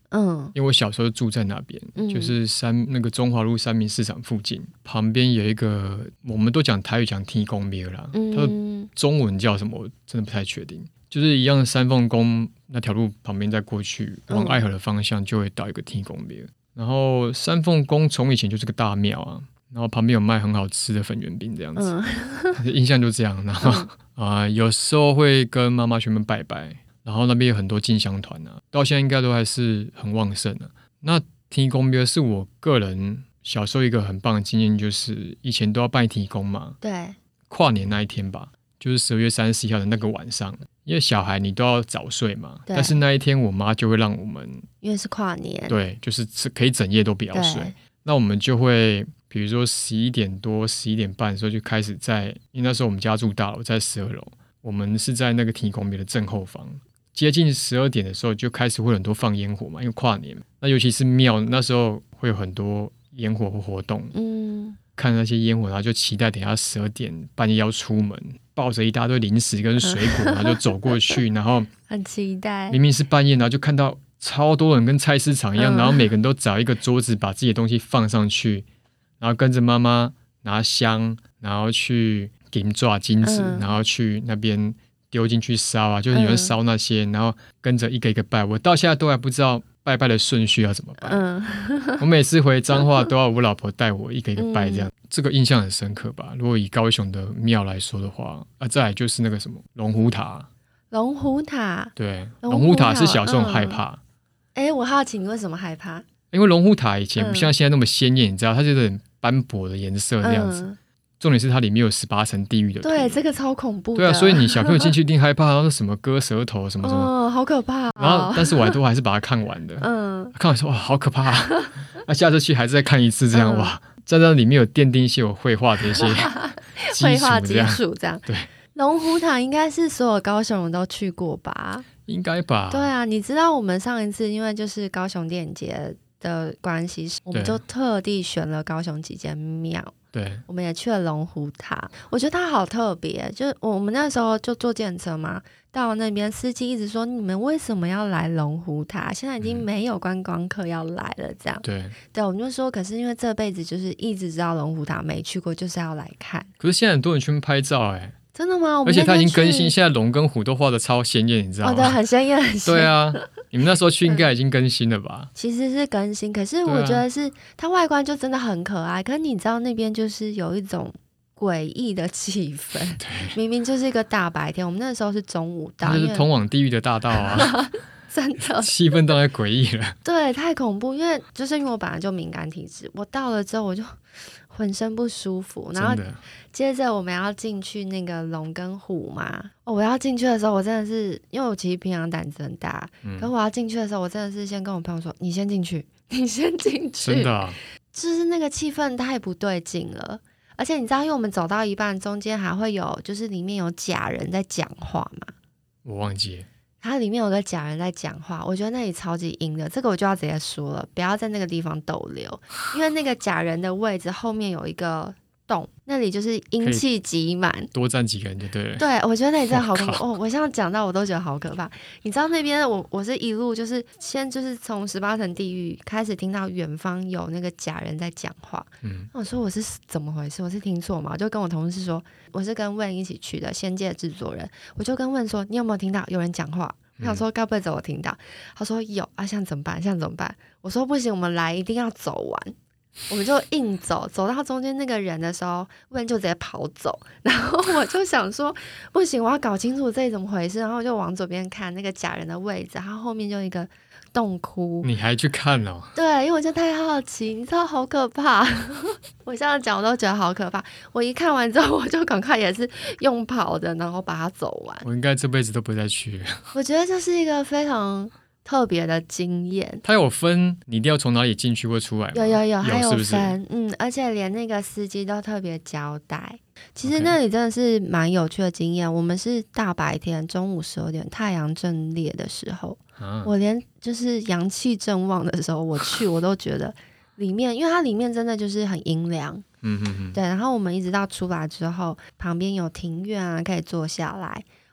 B: 因为我小时候住在那边，就是那个中华路三民市场附近，旁边有一个我们都讲台语讲天公庙啦，它的中文叫什么我真的不太确定，就是一样三凤宫那条路旁边再过去往爱河的方向就会到一个天公庙，然后三凤宫从以前就是个大庙啊，然后旁边有卖很好吃的粉圆饼这样子，印象就这样。然后有时候会跟妈妈去那边拜拜，然后那边有很多进香团啊，到现在应该都还是很旺盛啊。那天公庙是我个人小时候一个很棒的经验，就是以前都要拜天公嘛，
A: 对，
B: 跨年那一天吧，就是12月31号的那个晚上，因为小孩你都要早睡嘛，但是那一天我妈就会让我们，
A: 因为是跨年，
B: 对，就是可以整夜都不要睡，那我们就会比如说11点多11点半的时候就开始因为那时候我们家住大楼在12楼，我们是在那个天公庙的正后方，接近12点的时候就开始会有很多放烟火嘛，因为跨年，那尤其是庙那时候会有很多烟火活动，看那些烟火，然后就期待等一下12点半夜要出门，抱着一大堆零食跟水果，然后就走过去，然后
A: 很期待，
B: 明明是半夜，然后就看到超多人跟菜市场一样，然后每个人都找一个桌子把自己的东西放上去，然后跟着妈妈拿香，然后去金抓金子，然后去那边丢进去烧啊，就是有人烧那些，然后跟着一个一个拜。我到现在都还不知道拜拜的顺序要怎么拜。我每次回彰化都要我老婆带我一个一个拜，这样，这个印象很深刻吧。如果以高雄的庙来说的话，再来就是那个什么龙虎塔。
A: 龙虎塔，
B: 对，龙虎塔是小时候很害怕。
A: 我好奇你为什么害怕？
B: 因为龙虎塔以前不像现在那么鲜艳，你知道，它就是很斑驳的颜色这样子。重点是它里面有18层地狱的图，
A: 对，这个超恐怖的。
B: 对啊，所以你小朋友进去一定害怕，然后什么割舌头什么什么，
A: 好可怕。
B: 然后，但是我还是把它看完的。看完说哇，好可怕。那下次去还是再看一次，这样哇，在那里面有奠定一些我绘画的一些
A: 绘画基础，这样。
B: 对，
A: 龙虎塔应该是所有高雄人都去过吧？
B: 应该吧。
A: 对啊，你知道我们上一次因为就是高雄电影节的关系，我们就特地选了高雄几间庙。
B: 对，
A: 我们也去了龙虎塔，我觉得它好特别。就是我们那时候就坐电车嘛，到那边司机一直说你们为什么要来龙虎塔？现在已经没有观光客要来了，这样。
B: 对，
A: 我们就说，可是因为这辈子就是一直知道龙虎塔没去过，就是要来看。
B: 可是现在很多人去拍照
A: 真的吗？
B: 而且它已经更新，现在龙跟虎都画的超鲜艳，你知道吗？
A: 对，很鲜艳，很鲜艳。
B: 对啊，你们那时候去应该已经更新了吧？
A: 其实是更新，可是我觉得是它外观就真的很可爱。可是你知道那边就是有一种诡异的气氛，明明就是一个大白天，我们那时候是中午到，
B: 那就是通往地狱的大道啊。
A: 真的
B: 气氛当然诡异了，
A: 对，太恐怖。因为我本来就敏感体质，我到了之后我就浑身不舒服，然后接着我们要进去那个龙跟虎嘛。我要进去的时候，我真的是因为我其实平常胆子很大，可是我要进去的时候，我真的是先跟我朋友说：“你先进去，你先进去。”
B: 真的啊，
A: 就是那个气氛太不对劲了。而且你知道，因为我们走到一半，中间还会有就是里面有假人在讲话嘛。
B: 我忘记了。
A: 它里面有个假人在讲话，我觉得那里超级阴的，这个我就要直接说了，不要在那个地方逗留，因为那个假人的位置后面有一个洞，那里就是阴气极满，
B: 多站几个人就对了。
A: 对，我觉得那里真的好恐怖我现在讲到我都觉得好可怕。你知道那边我是一路就是先就是从18层地狱开始听到远方有那个假人在讲话，我说我是怎么回事？我是听错吗？我就跟我同事说，我是跟问一起去的仙界制作人，我就跟问说你有没有听到有人讲话？我想说该不会只有我听到？他说有啊，现在怎么办？现在怎么办？我说不行，我们来一定要走完。我们就硬走到中间那个人的时候，问就直接跑走，然后我就想说不行，我要搞清楚这里怎么回事，然后我就往左边看那个假人的位置，他后面就一个洞窟。
B: 你还去看哦？
A: 对，因为我就太好奇，你知道好可怕。我现在讲我都觉得好可怕。我一看完之后，我就赶快也是用跑的，然后把它走完。
B: 我应该这辈子都不会再去了。
A: 我觉得这是一个非常特别的经验。
B: 它有分你一定要从哪里进去或出来吗？
A: 有还有分，
B: 是不是？
A: 而且连那个司机都特别交代。其实那里真的是蛮有趣的经验。我们是大白天中午12点太阳正烈的时候，我连就是阳气正旺的时候我去，我都觉得里面，因为它里面真的就是很阴凉。对，然后我们一直到出来之后，旁边有庭院啊，可以坐下来。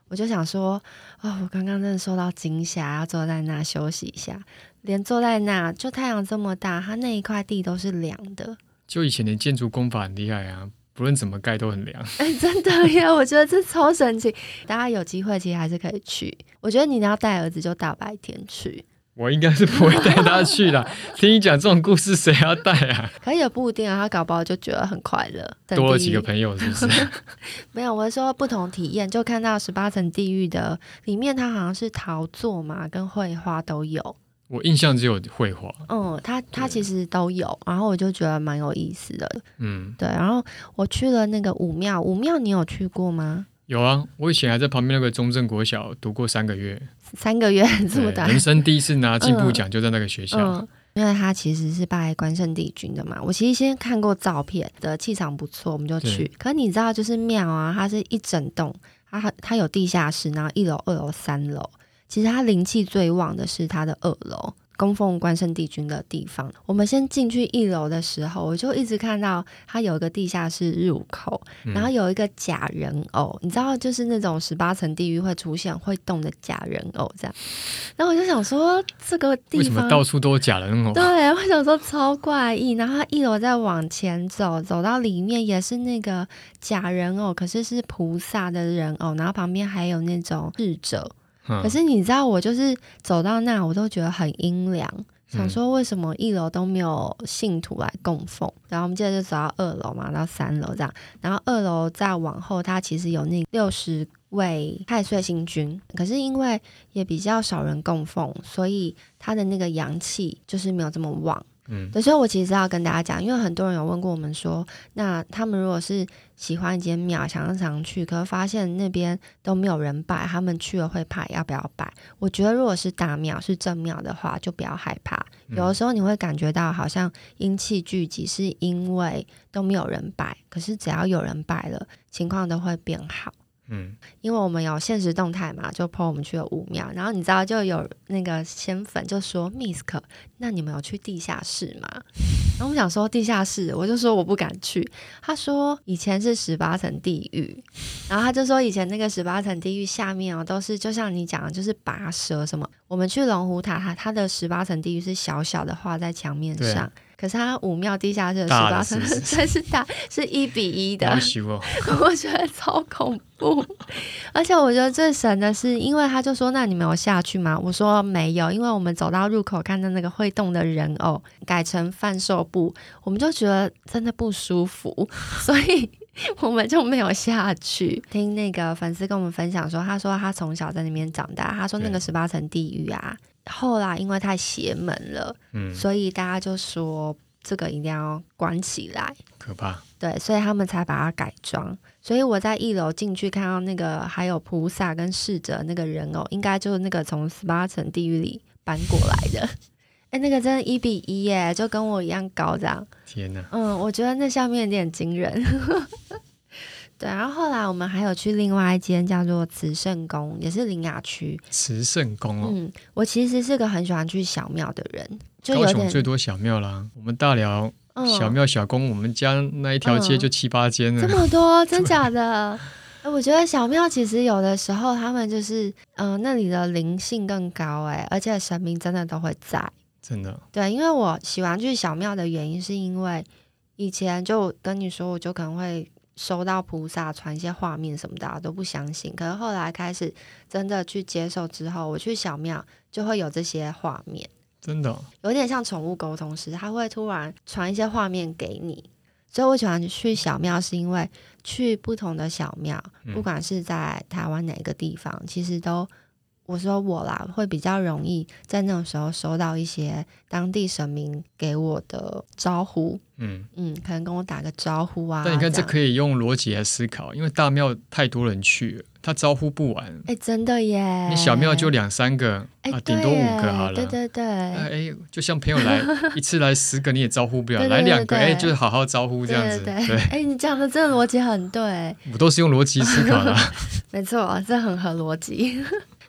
A: 我就想说，我刚刚真的受到惊吓，要坐在那休息一下。连坐在那，就太阳这么大，它那一块地都是凉的。
B: 就以前的建筑工法很厉害啊，不论怎么盖都很凉。
A: 真的耶，我觉得这超神奇。大家有机会其实还是可以去。我觉得你要带儿子就大白天去。
B: 我应该是不会带他去啦。听你讲这种故事，谁要带啊？
A: 可也不一定啊，他搞不好就觉得很快乐，
B: 多了几个朋友是不是？
A: 没有，我是说不同体验，就看到18层地狱的里面，它好像是陶作嘛，跟绘画都有。
B: 我印象只有绘画。
A: 它其实都有，然后我就觉得蛮有意思的。对。然后我去了那个武庙，武庙你有去过吗？
B: 有啊，我以前还在旁边那个中正国小读过3个月。
A: 3个月这么短？
B: 人生第一次拿进步奖就在那个学校。
A: 因为他其实是拜关圣帝君的嘛，我其实先看过照片的，气场不错，我们就去。可是你知道，就是庙啊，它是一整栋，它有地下室，然后1楼、2楼、3楼。其实它灵气最旺的是它的2楼，供奉关圣帝君的地方。我们先进去1楼的时候，我就一直看到它有一个地下室入口，然后有一个假人偶，你知道就是那种18层地狱会出现会动的假人偶这样。然后我就想说这个地方
B: 为什么到处都有假人偶？
A: 对，我想说超怪异。然后1楼再往前走到里面也是那个假人偶，可是是菩萨的人偶，然后旁边还有那种侍者。可是你知道我就是走到那我都觉得很阴凉，想说为什么1楼都没有信徒来供奉。然后我们接着就走到2楼嘛，到3楼这样，然后2楼再往后它其实有那60位太岁星君，可是因为也比较少人供奉，所以它的那个阳气就是没有这么旺。对，所以我其实要跟大家讲，因为很多人有问过我们说，那他们如果是喜欢一间庙，想要常去，可是发现那边都没有人拜，他们去了会怕，要不要拜？我觉得如果是大庙是正庙的话，就不要害怕。有的时候你会感觉到好像阴气聚集，是因为都没有人拜，可是只要有人拜了，情况都会变好。因为我们有限时动态嘛，就 po 我们去了武庙，然后你知道就有那个仙粉就说 Misk， 那你们有去地下室吗？然后我们想说地下室，我就说我不敢去。他说以前是18层地狱，然后他就说以前那个18层地狱下面都是就像你讲的，就是拔舌什么。我们去龙虎塔，它的18层地狱是小小的画在墙面上。可是它武庙地下室的18层真是大，是1:1的，我觉得超恐怖。而且我觉得最神的是，因为他就说那你们有下去吗？我说没有，因为我们走到入口看到那个会动的人偶改成贩售部，我们就觉得真的不舒服，所以我们就没有下去。听那个粉丝跟我们分享说，他说他从小在那边长大，他说那个18层地狱啊，后来因为太邪门了，所以大家就说这个一定要关起来，
B: 可怕。
A: 对，所以他们才把它改装。所以我在1楼进去看到那个还有菩萨跟侍者那个人偶，应该就是那个从18层地狱里搬过来的。那个真的1:1耶，就跟我一样高这样。
B: 天哪！
A: 我觉得那下面有点惊人。对，然后后来我们还有去另外一间叫做慈圣宫，也是苓雅区。
B: 慈圣宫哦，
A: 我其实是个很喜欢去小庙的人，就有点
B: 高雄最多小庙啦。我们大寮小庙小宫，我们家那一条街就7、8间了，
A: 这么多，真假的？我觉得小庙其实有的时候他们就是那里的灵性更高而且神明真的都会在，
B: 真的。
A: 对，因为我喜欢去小庙的原因是因为以前就跟你说，我就可能会收到菩萨传一些画面什么的，都不相信。可是后来开始真的去接受之后，我去小庙就会有这些画面，
B: 真的
A: 有点像宠物沟通师，他会突然传一些画面给你。所以我喜欢去小庙，是因为去不同的小庙，不管是在台湾哪个地方，其实都我说我啦，会比较容易在那种时候收到一些当地神明给我的招呼，可能跟我打个招呼啊。
B: 但你看，这可以用逻辑来思考，因为大庙太多人去了，他招呼不完。
A: 真的耶！
B: 你小庙就2、3个顶多5个好了。
A: 对，
B: 就像朋友来一次来10个你也招呼不了，来2个就是好好招呼这样子。
A: 对，你讲的这个逻辑很对，
B: 我都是用逻辑思考的。
A: 没错，这很合逻辑。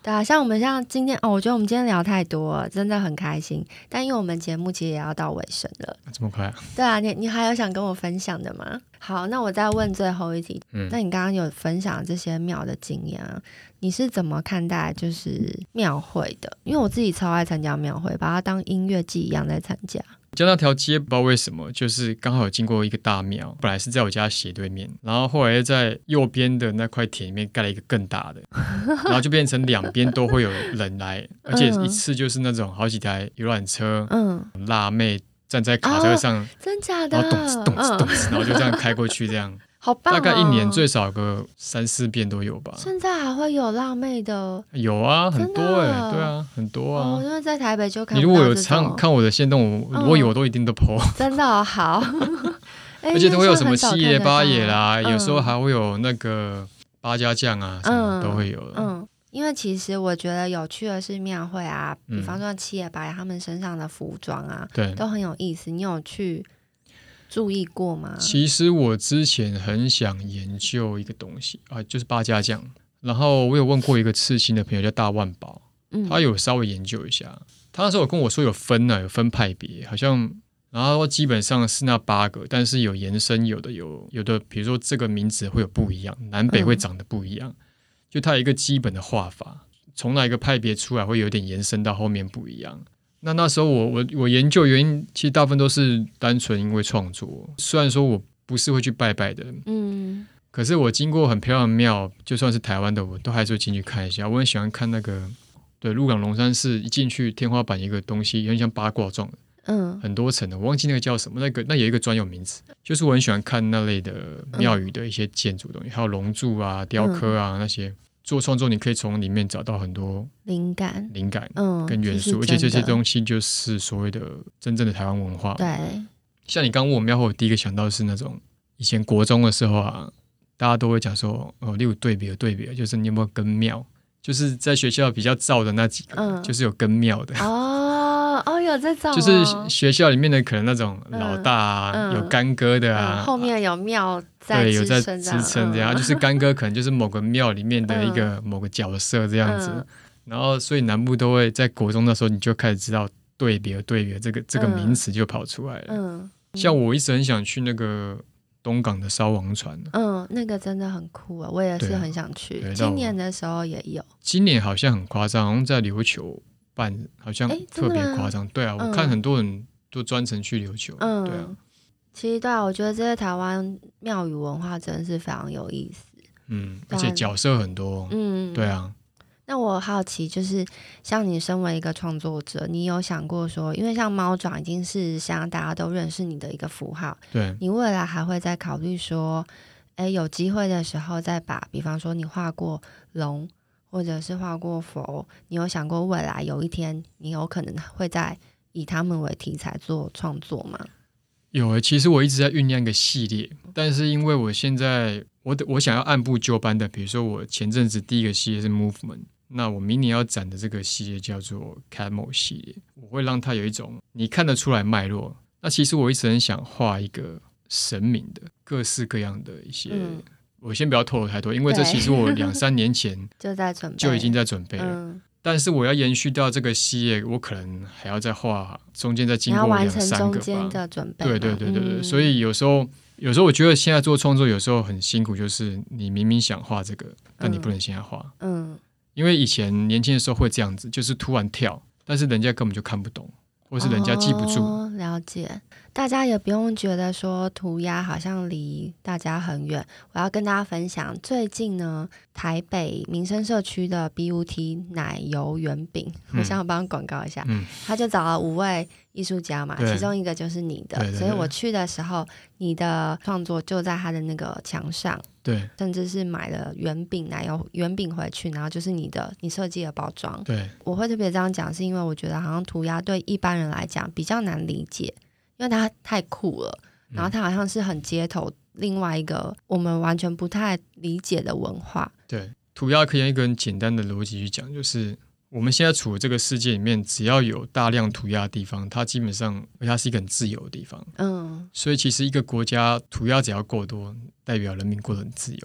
A: 对啊，像今天我觉得我们今天聊太多了，真的很开心。但因为我们节目其实也要到尾声了，
B: 这么快啊？
A: 对啊，你还有想跟我分享的吗？好，那我再问最后一题。那你刚刚有分享这些庙的经验啊，你是怎么看待就是庙会的？因为我自己超爱参加庙会，把它当音乐季一样在参加。
B: 就那条街不知道为什么就是刚好有经过一个大庙，本来是在我家斜对面，然后后来在右边的那块田里面盖了一个更大的，然后就变成两边都会有人来，而且一次就是那种好几台游览车，辣妹站在卡车上，
A: 真假的，
B: 然后咚哧咚哧咚哧，然后就这样开过去这样。
A: 好棒哦，
B: 大概一年最少个3-4遍都有吧。
A: 现在还会有辣妹的？
B: 有啊，很多对啊，很多啊。
A: 因为在台北就看不到。
B: 你如果有看我的限动，如果有我都一定都 po。
A: 真的好。
B: 而且都会有什么七爷八爷啦，有时候还会有那个八家将啊，什么都会有的。
A: 因为其实我觉得有趣的是庙会啊，比方说七爷八爷他们身上的服装啊，
B: 对，
A: 都很有意思。你有去注意过吗？
B: 其实我之前很想研究一个东西啊，就是八家将。然后我有问过一个刺青的朋友叫大万宝，他有稍微研究一下。他那时候有跟我说有分派别，好像然后基本上是那8个，但是有延伸，有的，比如说这个名字会有不一样，南北会长得不一样，就它有一个基本的画法，从哪一个派别出来会有点延伸到后面不一样。那时候我研究原因，其实大部分都是单纯因为创作。虽然说我不是会去拜拜的，可是我经过很漂亮的庙，就算是台湾的，我都还是会进去看一下。我很喜欢看那个，对，鹿港龙山寺一进去，天花板一个东西，有点像八卦状的，很多层的，我忘记那个叫什么，那有一个专有名词，就是我很喜欢看那类的庙宇的一些建筑东西，还有龙柱啊、雕刻啊那些。做创作，你可以从里面找到很多灵感，跟元素，而且这些东西就是所谓的真正的台湾文化。
A: 对，
B: 像你刚问我庙会，我第一个想到的是那种以前国中的时候啊，大家都会讲说，例如对比，就是你有没有跟庙，就是在学校比较燥的那几个，就是有跟庙的。
A: 有这种，
B: 就是学校里面的可能那种老大啊，有干哥的啊，
A: 后面有庙
B: 对，有在支撑这样，就是干哥可能就是某个庙里面的一个某个角色这样子。然后所以南部都会在国中的时候，你就开始知道对比这个名词就跑出来了。像我一直很想去那个东港的烧王船，
A: 那个真的很酷啊，我也是很想去。今年的时候也有，
B: 今年好像很夸张，好像在琉球办，好像特别夸张。对啊，我看很多人都专程去琉球。对啊，
A: 其实对啊，我觉得这些台湾庙宇文化真的是非常有意思。
B: 而且角色很多。对啊。
A: 那我好奇，就是像你身为一个创作者，你有想过说，因为像猫爪已经是像大家都认识你的一个符号，
B: 对，
A: 你未来还会再考虑说，有机会的时候再把，比方说你画过龙，或者是画过佛，你有想过未来有一天你有可能会再以他们为题材做创作吗？
B: 有其实我一直在酝酿一个系列，但是因为我现在我想要按部就班的，比如说我前阵子第一个系列是 Movement， 那我明年要展的这个系列叫做 Camel 系列，我会让它有一种你看得出来脉络。那其实我一直很想画一个神明的各式各样的一些，我先不要透露太多，因为这其实我2-3年前就已经在准备了。但是我要延续到这个系列，我可能还要再画，中间再经过2-3个吧。
A: 你要完成中间的准备。
B: 对，所以有时候我觉得现在做创作有时候很辛苦，就是你明明想画这个，但你不能现在画。因为以前年轻的时候会这样子，就是突然跳，但是人家根本就看不懂，或是人家记不住。
A: 了解，大家也不用觉得说涂鸦好像离大家很远。我要跟大家分享，最近呢，台北民生社区的 BUT 奶油圆饼，我想要帮他广告一下，他就找了5位艺术家嘛，其中一个就是你的，对，所以我去的时候，你的创作就在他的那个墙上，
B: 对，
A: 甚至是买了圆饼奶油圆饼回去，然后就是你设计的包装。对，我会特别这样讲，是因为我觉得好像涂鸦对一般人来讲比较难理解，因为它太酷了，然后它好像是很街头另外一个我们完全不太理解的文化。
B: 对，涂鸦可以用一个很简单的逻辑去讲，就是我们现在处的这个世界里面，只要有大量涂鸦的地方，它基本上它是一个很自由的地方。所以其实一个国家涂鸦只要够多，代表人民过得很自由。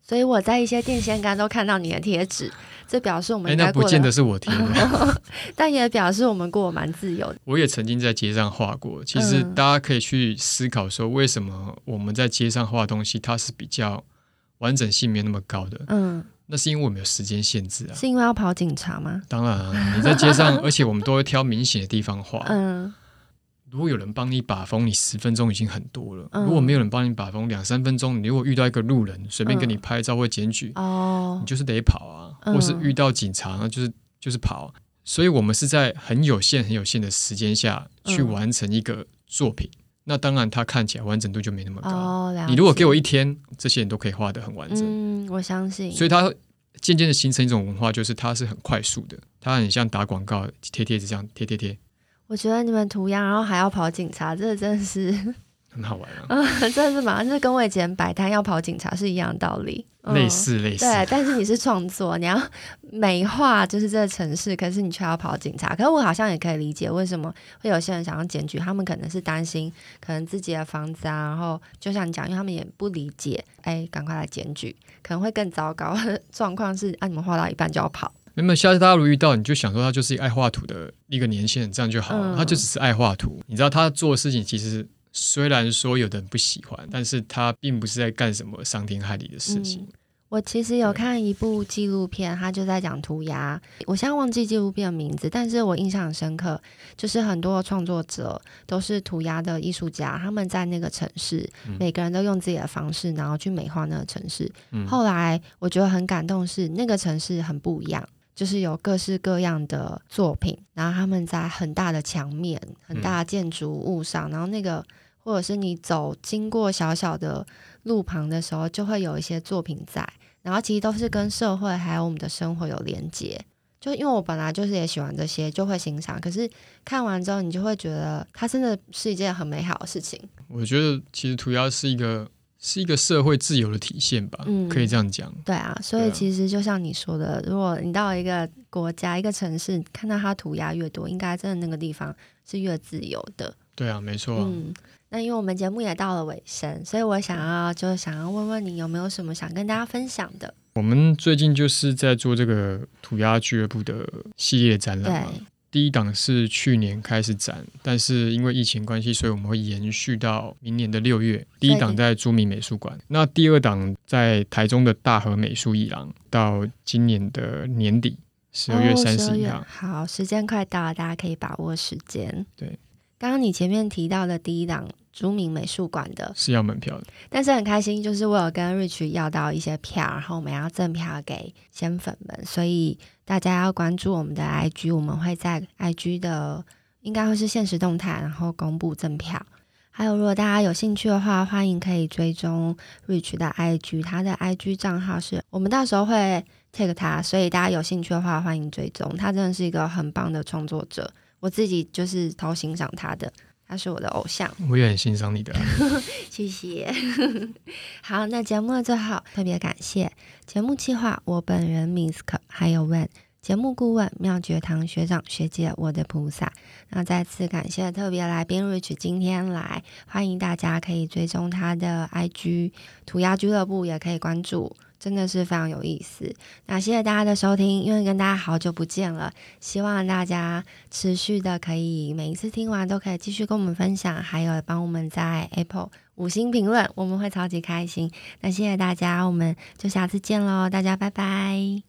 A: 所以我在一些电线杆都看到你的贴纸，这表示我们应该
B: 那不见得是我贴的
A: 但也表示我们过得蛮自由的。
B: 我也曾经在街上画过，其实大家可以去思考说，为什么我们在街上画东西它是比较完整性没那么高的？那是因为我们有时间限制啊。
A: 是因为要跑警察吗？
B: 当然啊，你在街上而且我们都会挑明显的地方画。如果有人帮你把风，你10分钟已经很多了。如果没有人帮你把风，2-3分钟，你如果遇到一个路人随便跟你拍照或检举，你就是得跑啊。或是遇到警察，那就是跑。所以我们是在很有限的时间下去完成一个作品。那当然它看起来完整度就没那么高。你如果给我1天，这些人都可以画得很完整。
A: 我相信。
B: 所以它渐渐的形成一种文化，就是它是很快速的，它很像打广告贴贴纸这样贴。
A: 我觉得你们涂鸦然后还要跑警察，这真的是
B: 很好玩啊。
A: 真的是马上就是跟我以前摆摊要跑警察是一样的道理。
B: 类似
A: 对，但是你是创作，你要美化就是这个城市，可是你却要跑警察。可是我好像也可以理解为什么会有些人想要检举，他们可能是担心可能自己的房子啊，然后就像你讲，因为他们也不理解，赶快来检举，可能会更糟糕的状况是你们画到一半就要跑。
B: 没有，下次大家如果遇到，你就想说他就是一个爱画图的一个年轻人，这样就好了。他就只是爱画图，你知道他做的事情其实虽然说有的人不喜欢，但是他并不是在干什么伤天害理的事情。
A: 我其实有看一部纪录片，他就在讲涂鸦，我现在忘记纪录片的名字，但是我印象很深刻，就是很多创作者都是涂鸦的艺术家，他们在那个城市，每个人都用自己的方式然后去美化那个城市。后来我觉得很感动是那个城市很不一样，就是有各式各样的作品，然后他们在很大的墙面、很大的建筑物上，然后那个或者是你经过小小的路旁的时候，就会有一些作品在，然后其实都是跟社会还有我们的生活有连接。就因为我本来就是也喜欢这些，就会欣赏，可是看完之后你就会觉得它真的是一件很美好的事情。
B: 我觉得其实涂鸦是一个社会自由的体现吧，可以这样讲。
A: 对啊，所以其实就像你说的，如果你到一个国家一个城市看到它涂鸦越多，应该真的那个地方是越自由的。
B: 对啊，没错啊。
A: 那因为我们节目也到了尾声，所以我想要问问你有没有什么想跟大家分享的。
B: 我们最近就是在做这个涂鸦俱乐部的系列展览嘛。第一档是去年开始展，但是因为疫情关系，所以我们会延续到明年的6月。第一档在朱明美术馆，那第二档在台中的大和美术艺廊，到今年的年底12月31号。
A: 好，时间快到了，大家可以把握时间。
B: 对，
A: 刚刚你前面提到的第一档朱明美术馆的
B: 是要门票的，
A: 但是很开心，就是我有跟 Rich 要到一些票，然后我们要赠票给仙粉们，所以大家要关注我们的 IG， 我们会在 IG 的应该会是限时动态，然后公布赠票。还有如果大家有兴趣的话，欢迎可以追踪 Rich 的 IG， 他的 IG 账号是我们到时候会 take 他，所以大家有兴趣的话欢迎追踪，他真的是一个很棒的创作者，我自己就是超欣赏他的，他是我的偶像。
B: 我也很欣赏你的
A: 谢谢好，那节目的最后特别感谢节目企划我本人 Misk 还有 Wen， 节目顾问妙觉堂学长学姐我的菩萨。那再次感谢特别来宾 Rich 今天来，欢迎大家可以追踪他的 IG 涂鸦俱乐部，也可以关注，真的是非常有意思。那谢谢大家的收听，因为跟大家好久不见了，希望大家持续的可以每一次听完都可以继续跟我们分享，还有帮我们在 Apple 5星评论，我们会超级开心。那谢谢大家，我们就下次见咯，大家拜拜。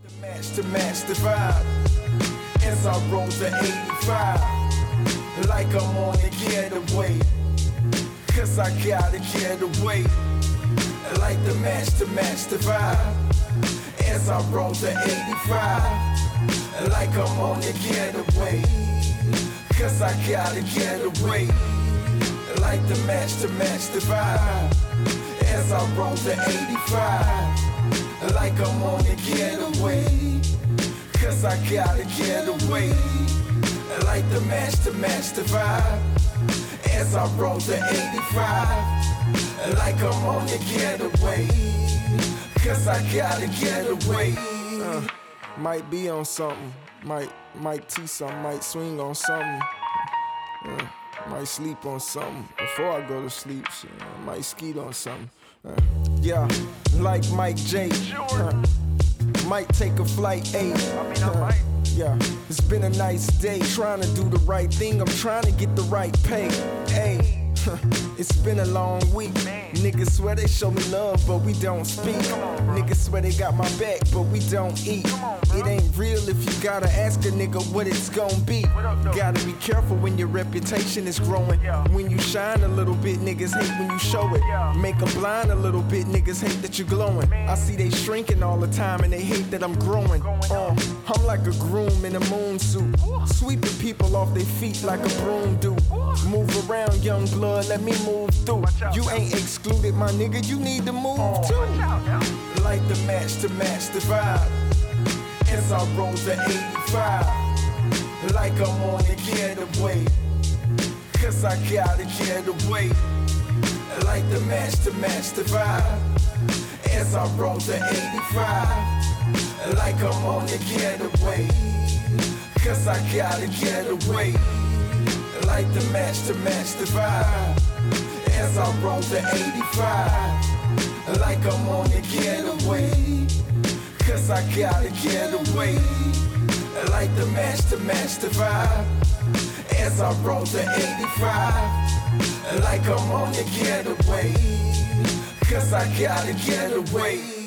C: As I roll to 85, like I'm on the getaway, cause I gotta get away, like the master vibe. As I roll to 85, like I'm on the getaway, cause I gotta get away, like the master vibe. As I roll to 85, like I'm on the getaway,Cause I gotta get away, like the master vibe. As I roll to 85, like I'm on the getaway. Cause I gotta get away. Might be on something, might tee something, might swing on something. Might sleep on something before I go to sleep. Shit, might skeet on something. Yeah, like Mike J. Might take a flight 8. Yeah, it's been a nice day. Trying to do the right thing, I'm trying to get the right pay. Hey. It's been a long week. Niggas swear they show me love, but we don't speak. Niggas swear they got my back, but we don't eat. It ain't real if you gotta ask a nigga what it's gon' be. Gotta be careful when your reputation is growing. When you shine a little bit, niggas hate when you show it. Make them blind a little bit, niggas hate that you're glowing. I see they shrinking all the time and they hate that I'm growing. I'm like a groom in a moon suit, sweeping people off their feet like a broom do. Move around, young blood, let me move through. You ain't excluded, my nigga, you need to move too. Like the match to match the vibe. As I roll the 85, like I'm on the getaway, cause I gotta get away. Like the match to match the vibe. As I roll the 85, like I'm on the getaway, cause I gotta get away. Like the match to match the vibe. As I roll the 85, like I'm on the getaway, cause I gotta get away. Like the match to match the vibe. As I roll the 85, like I'm on the getaway, cause I gotta get away.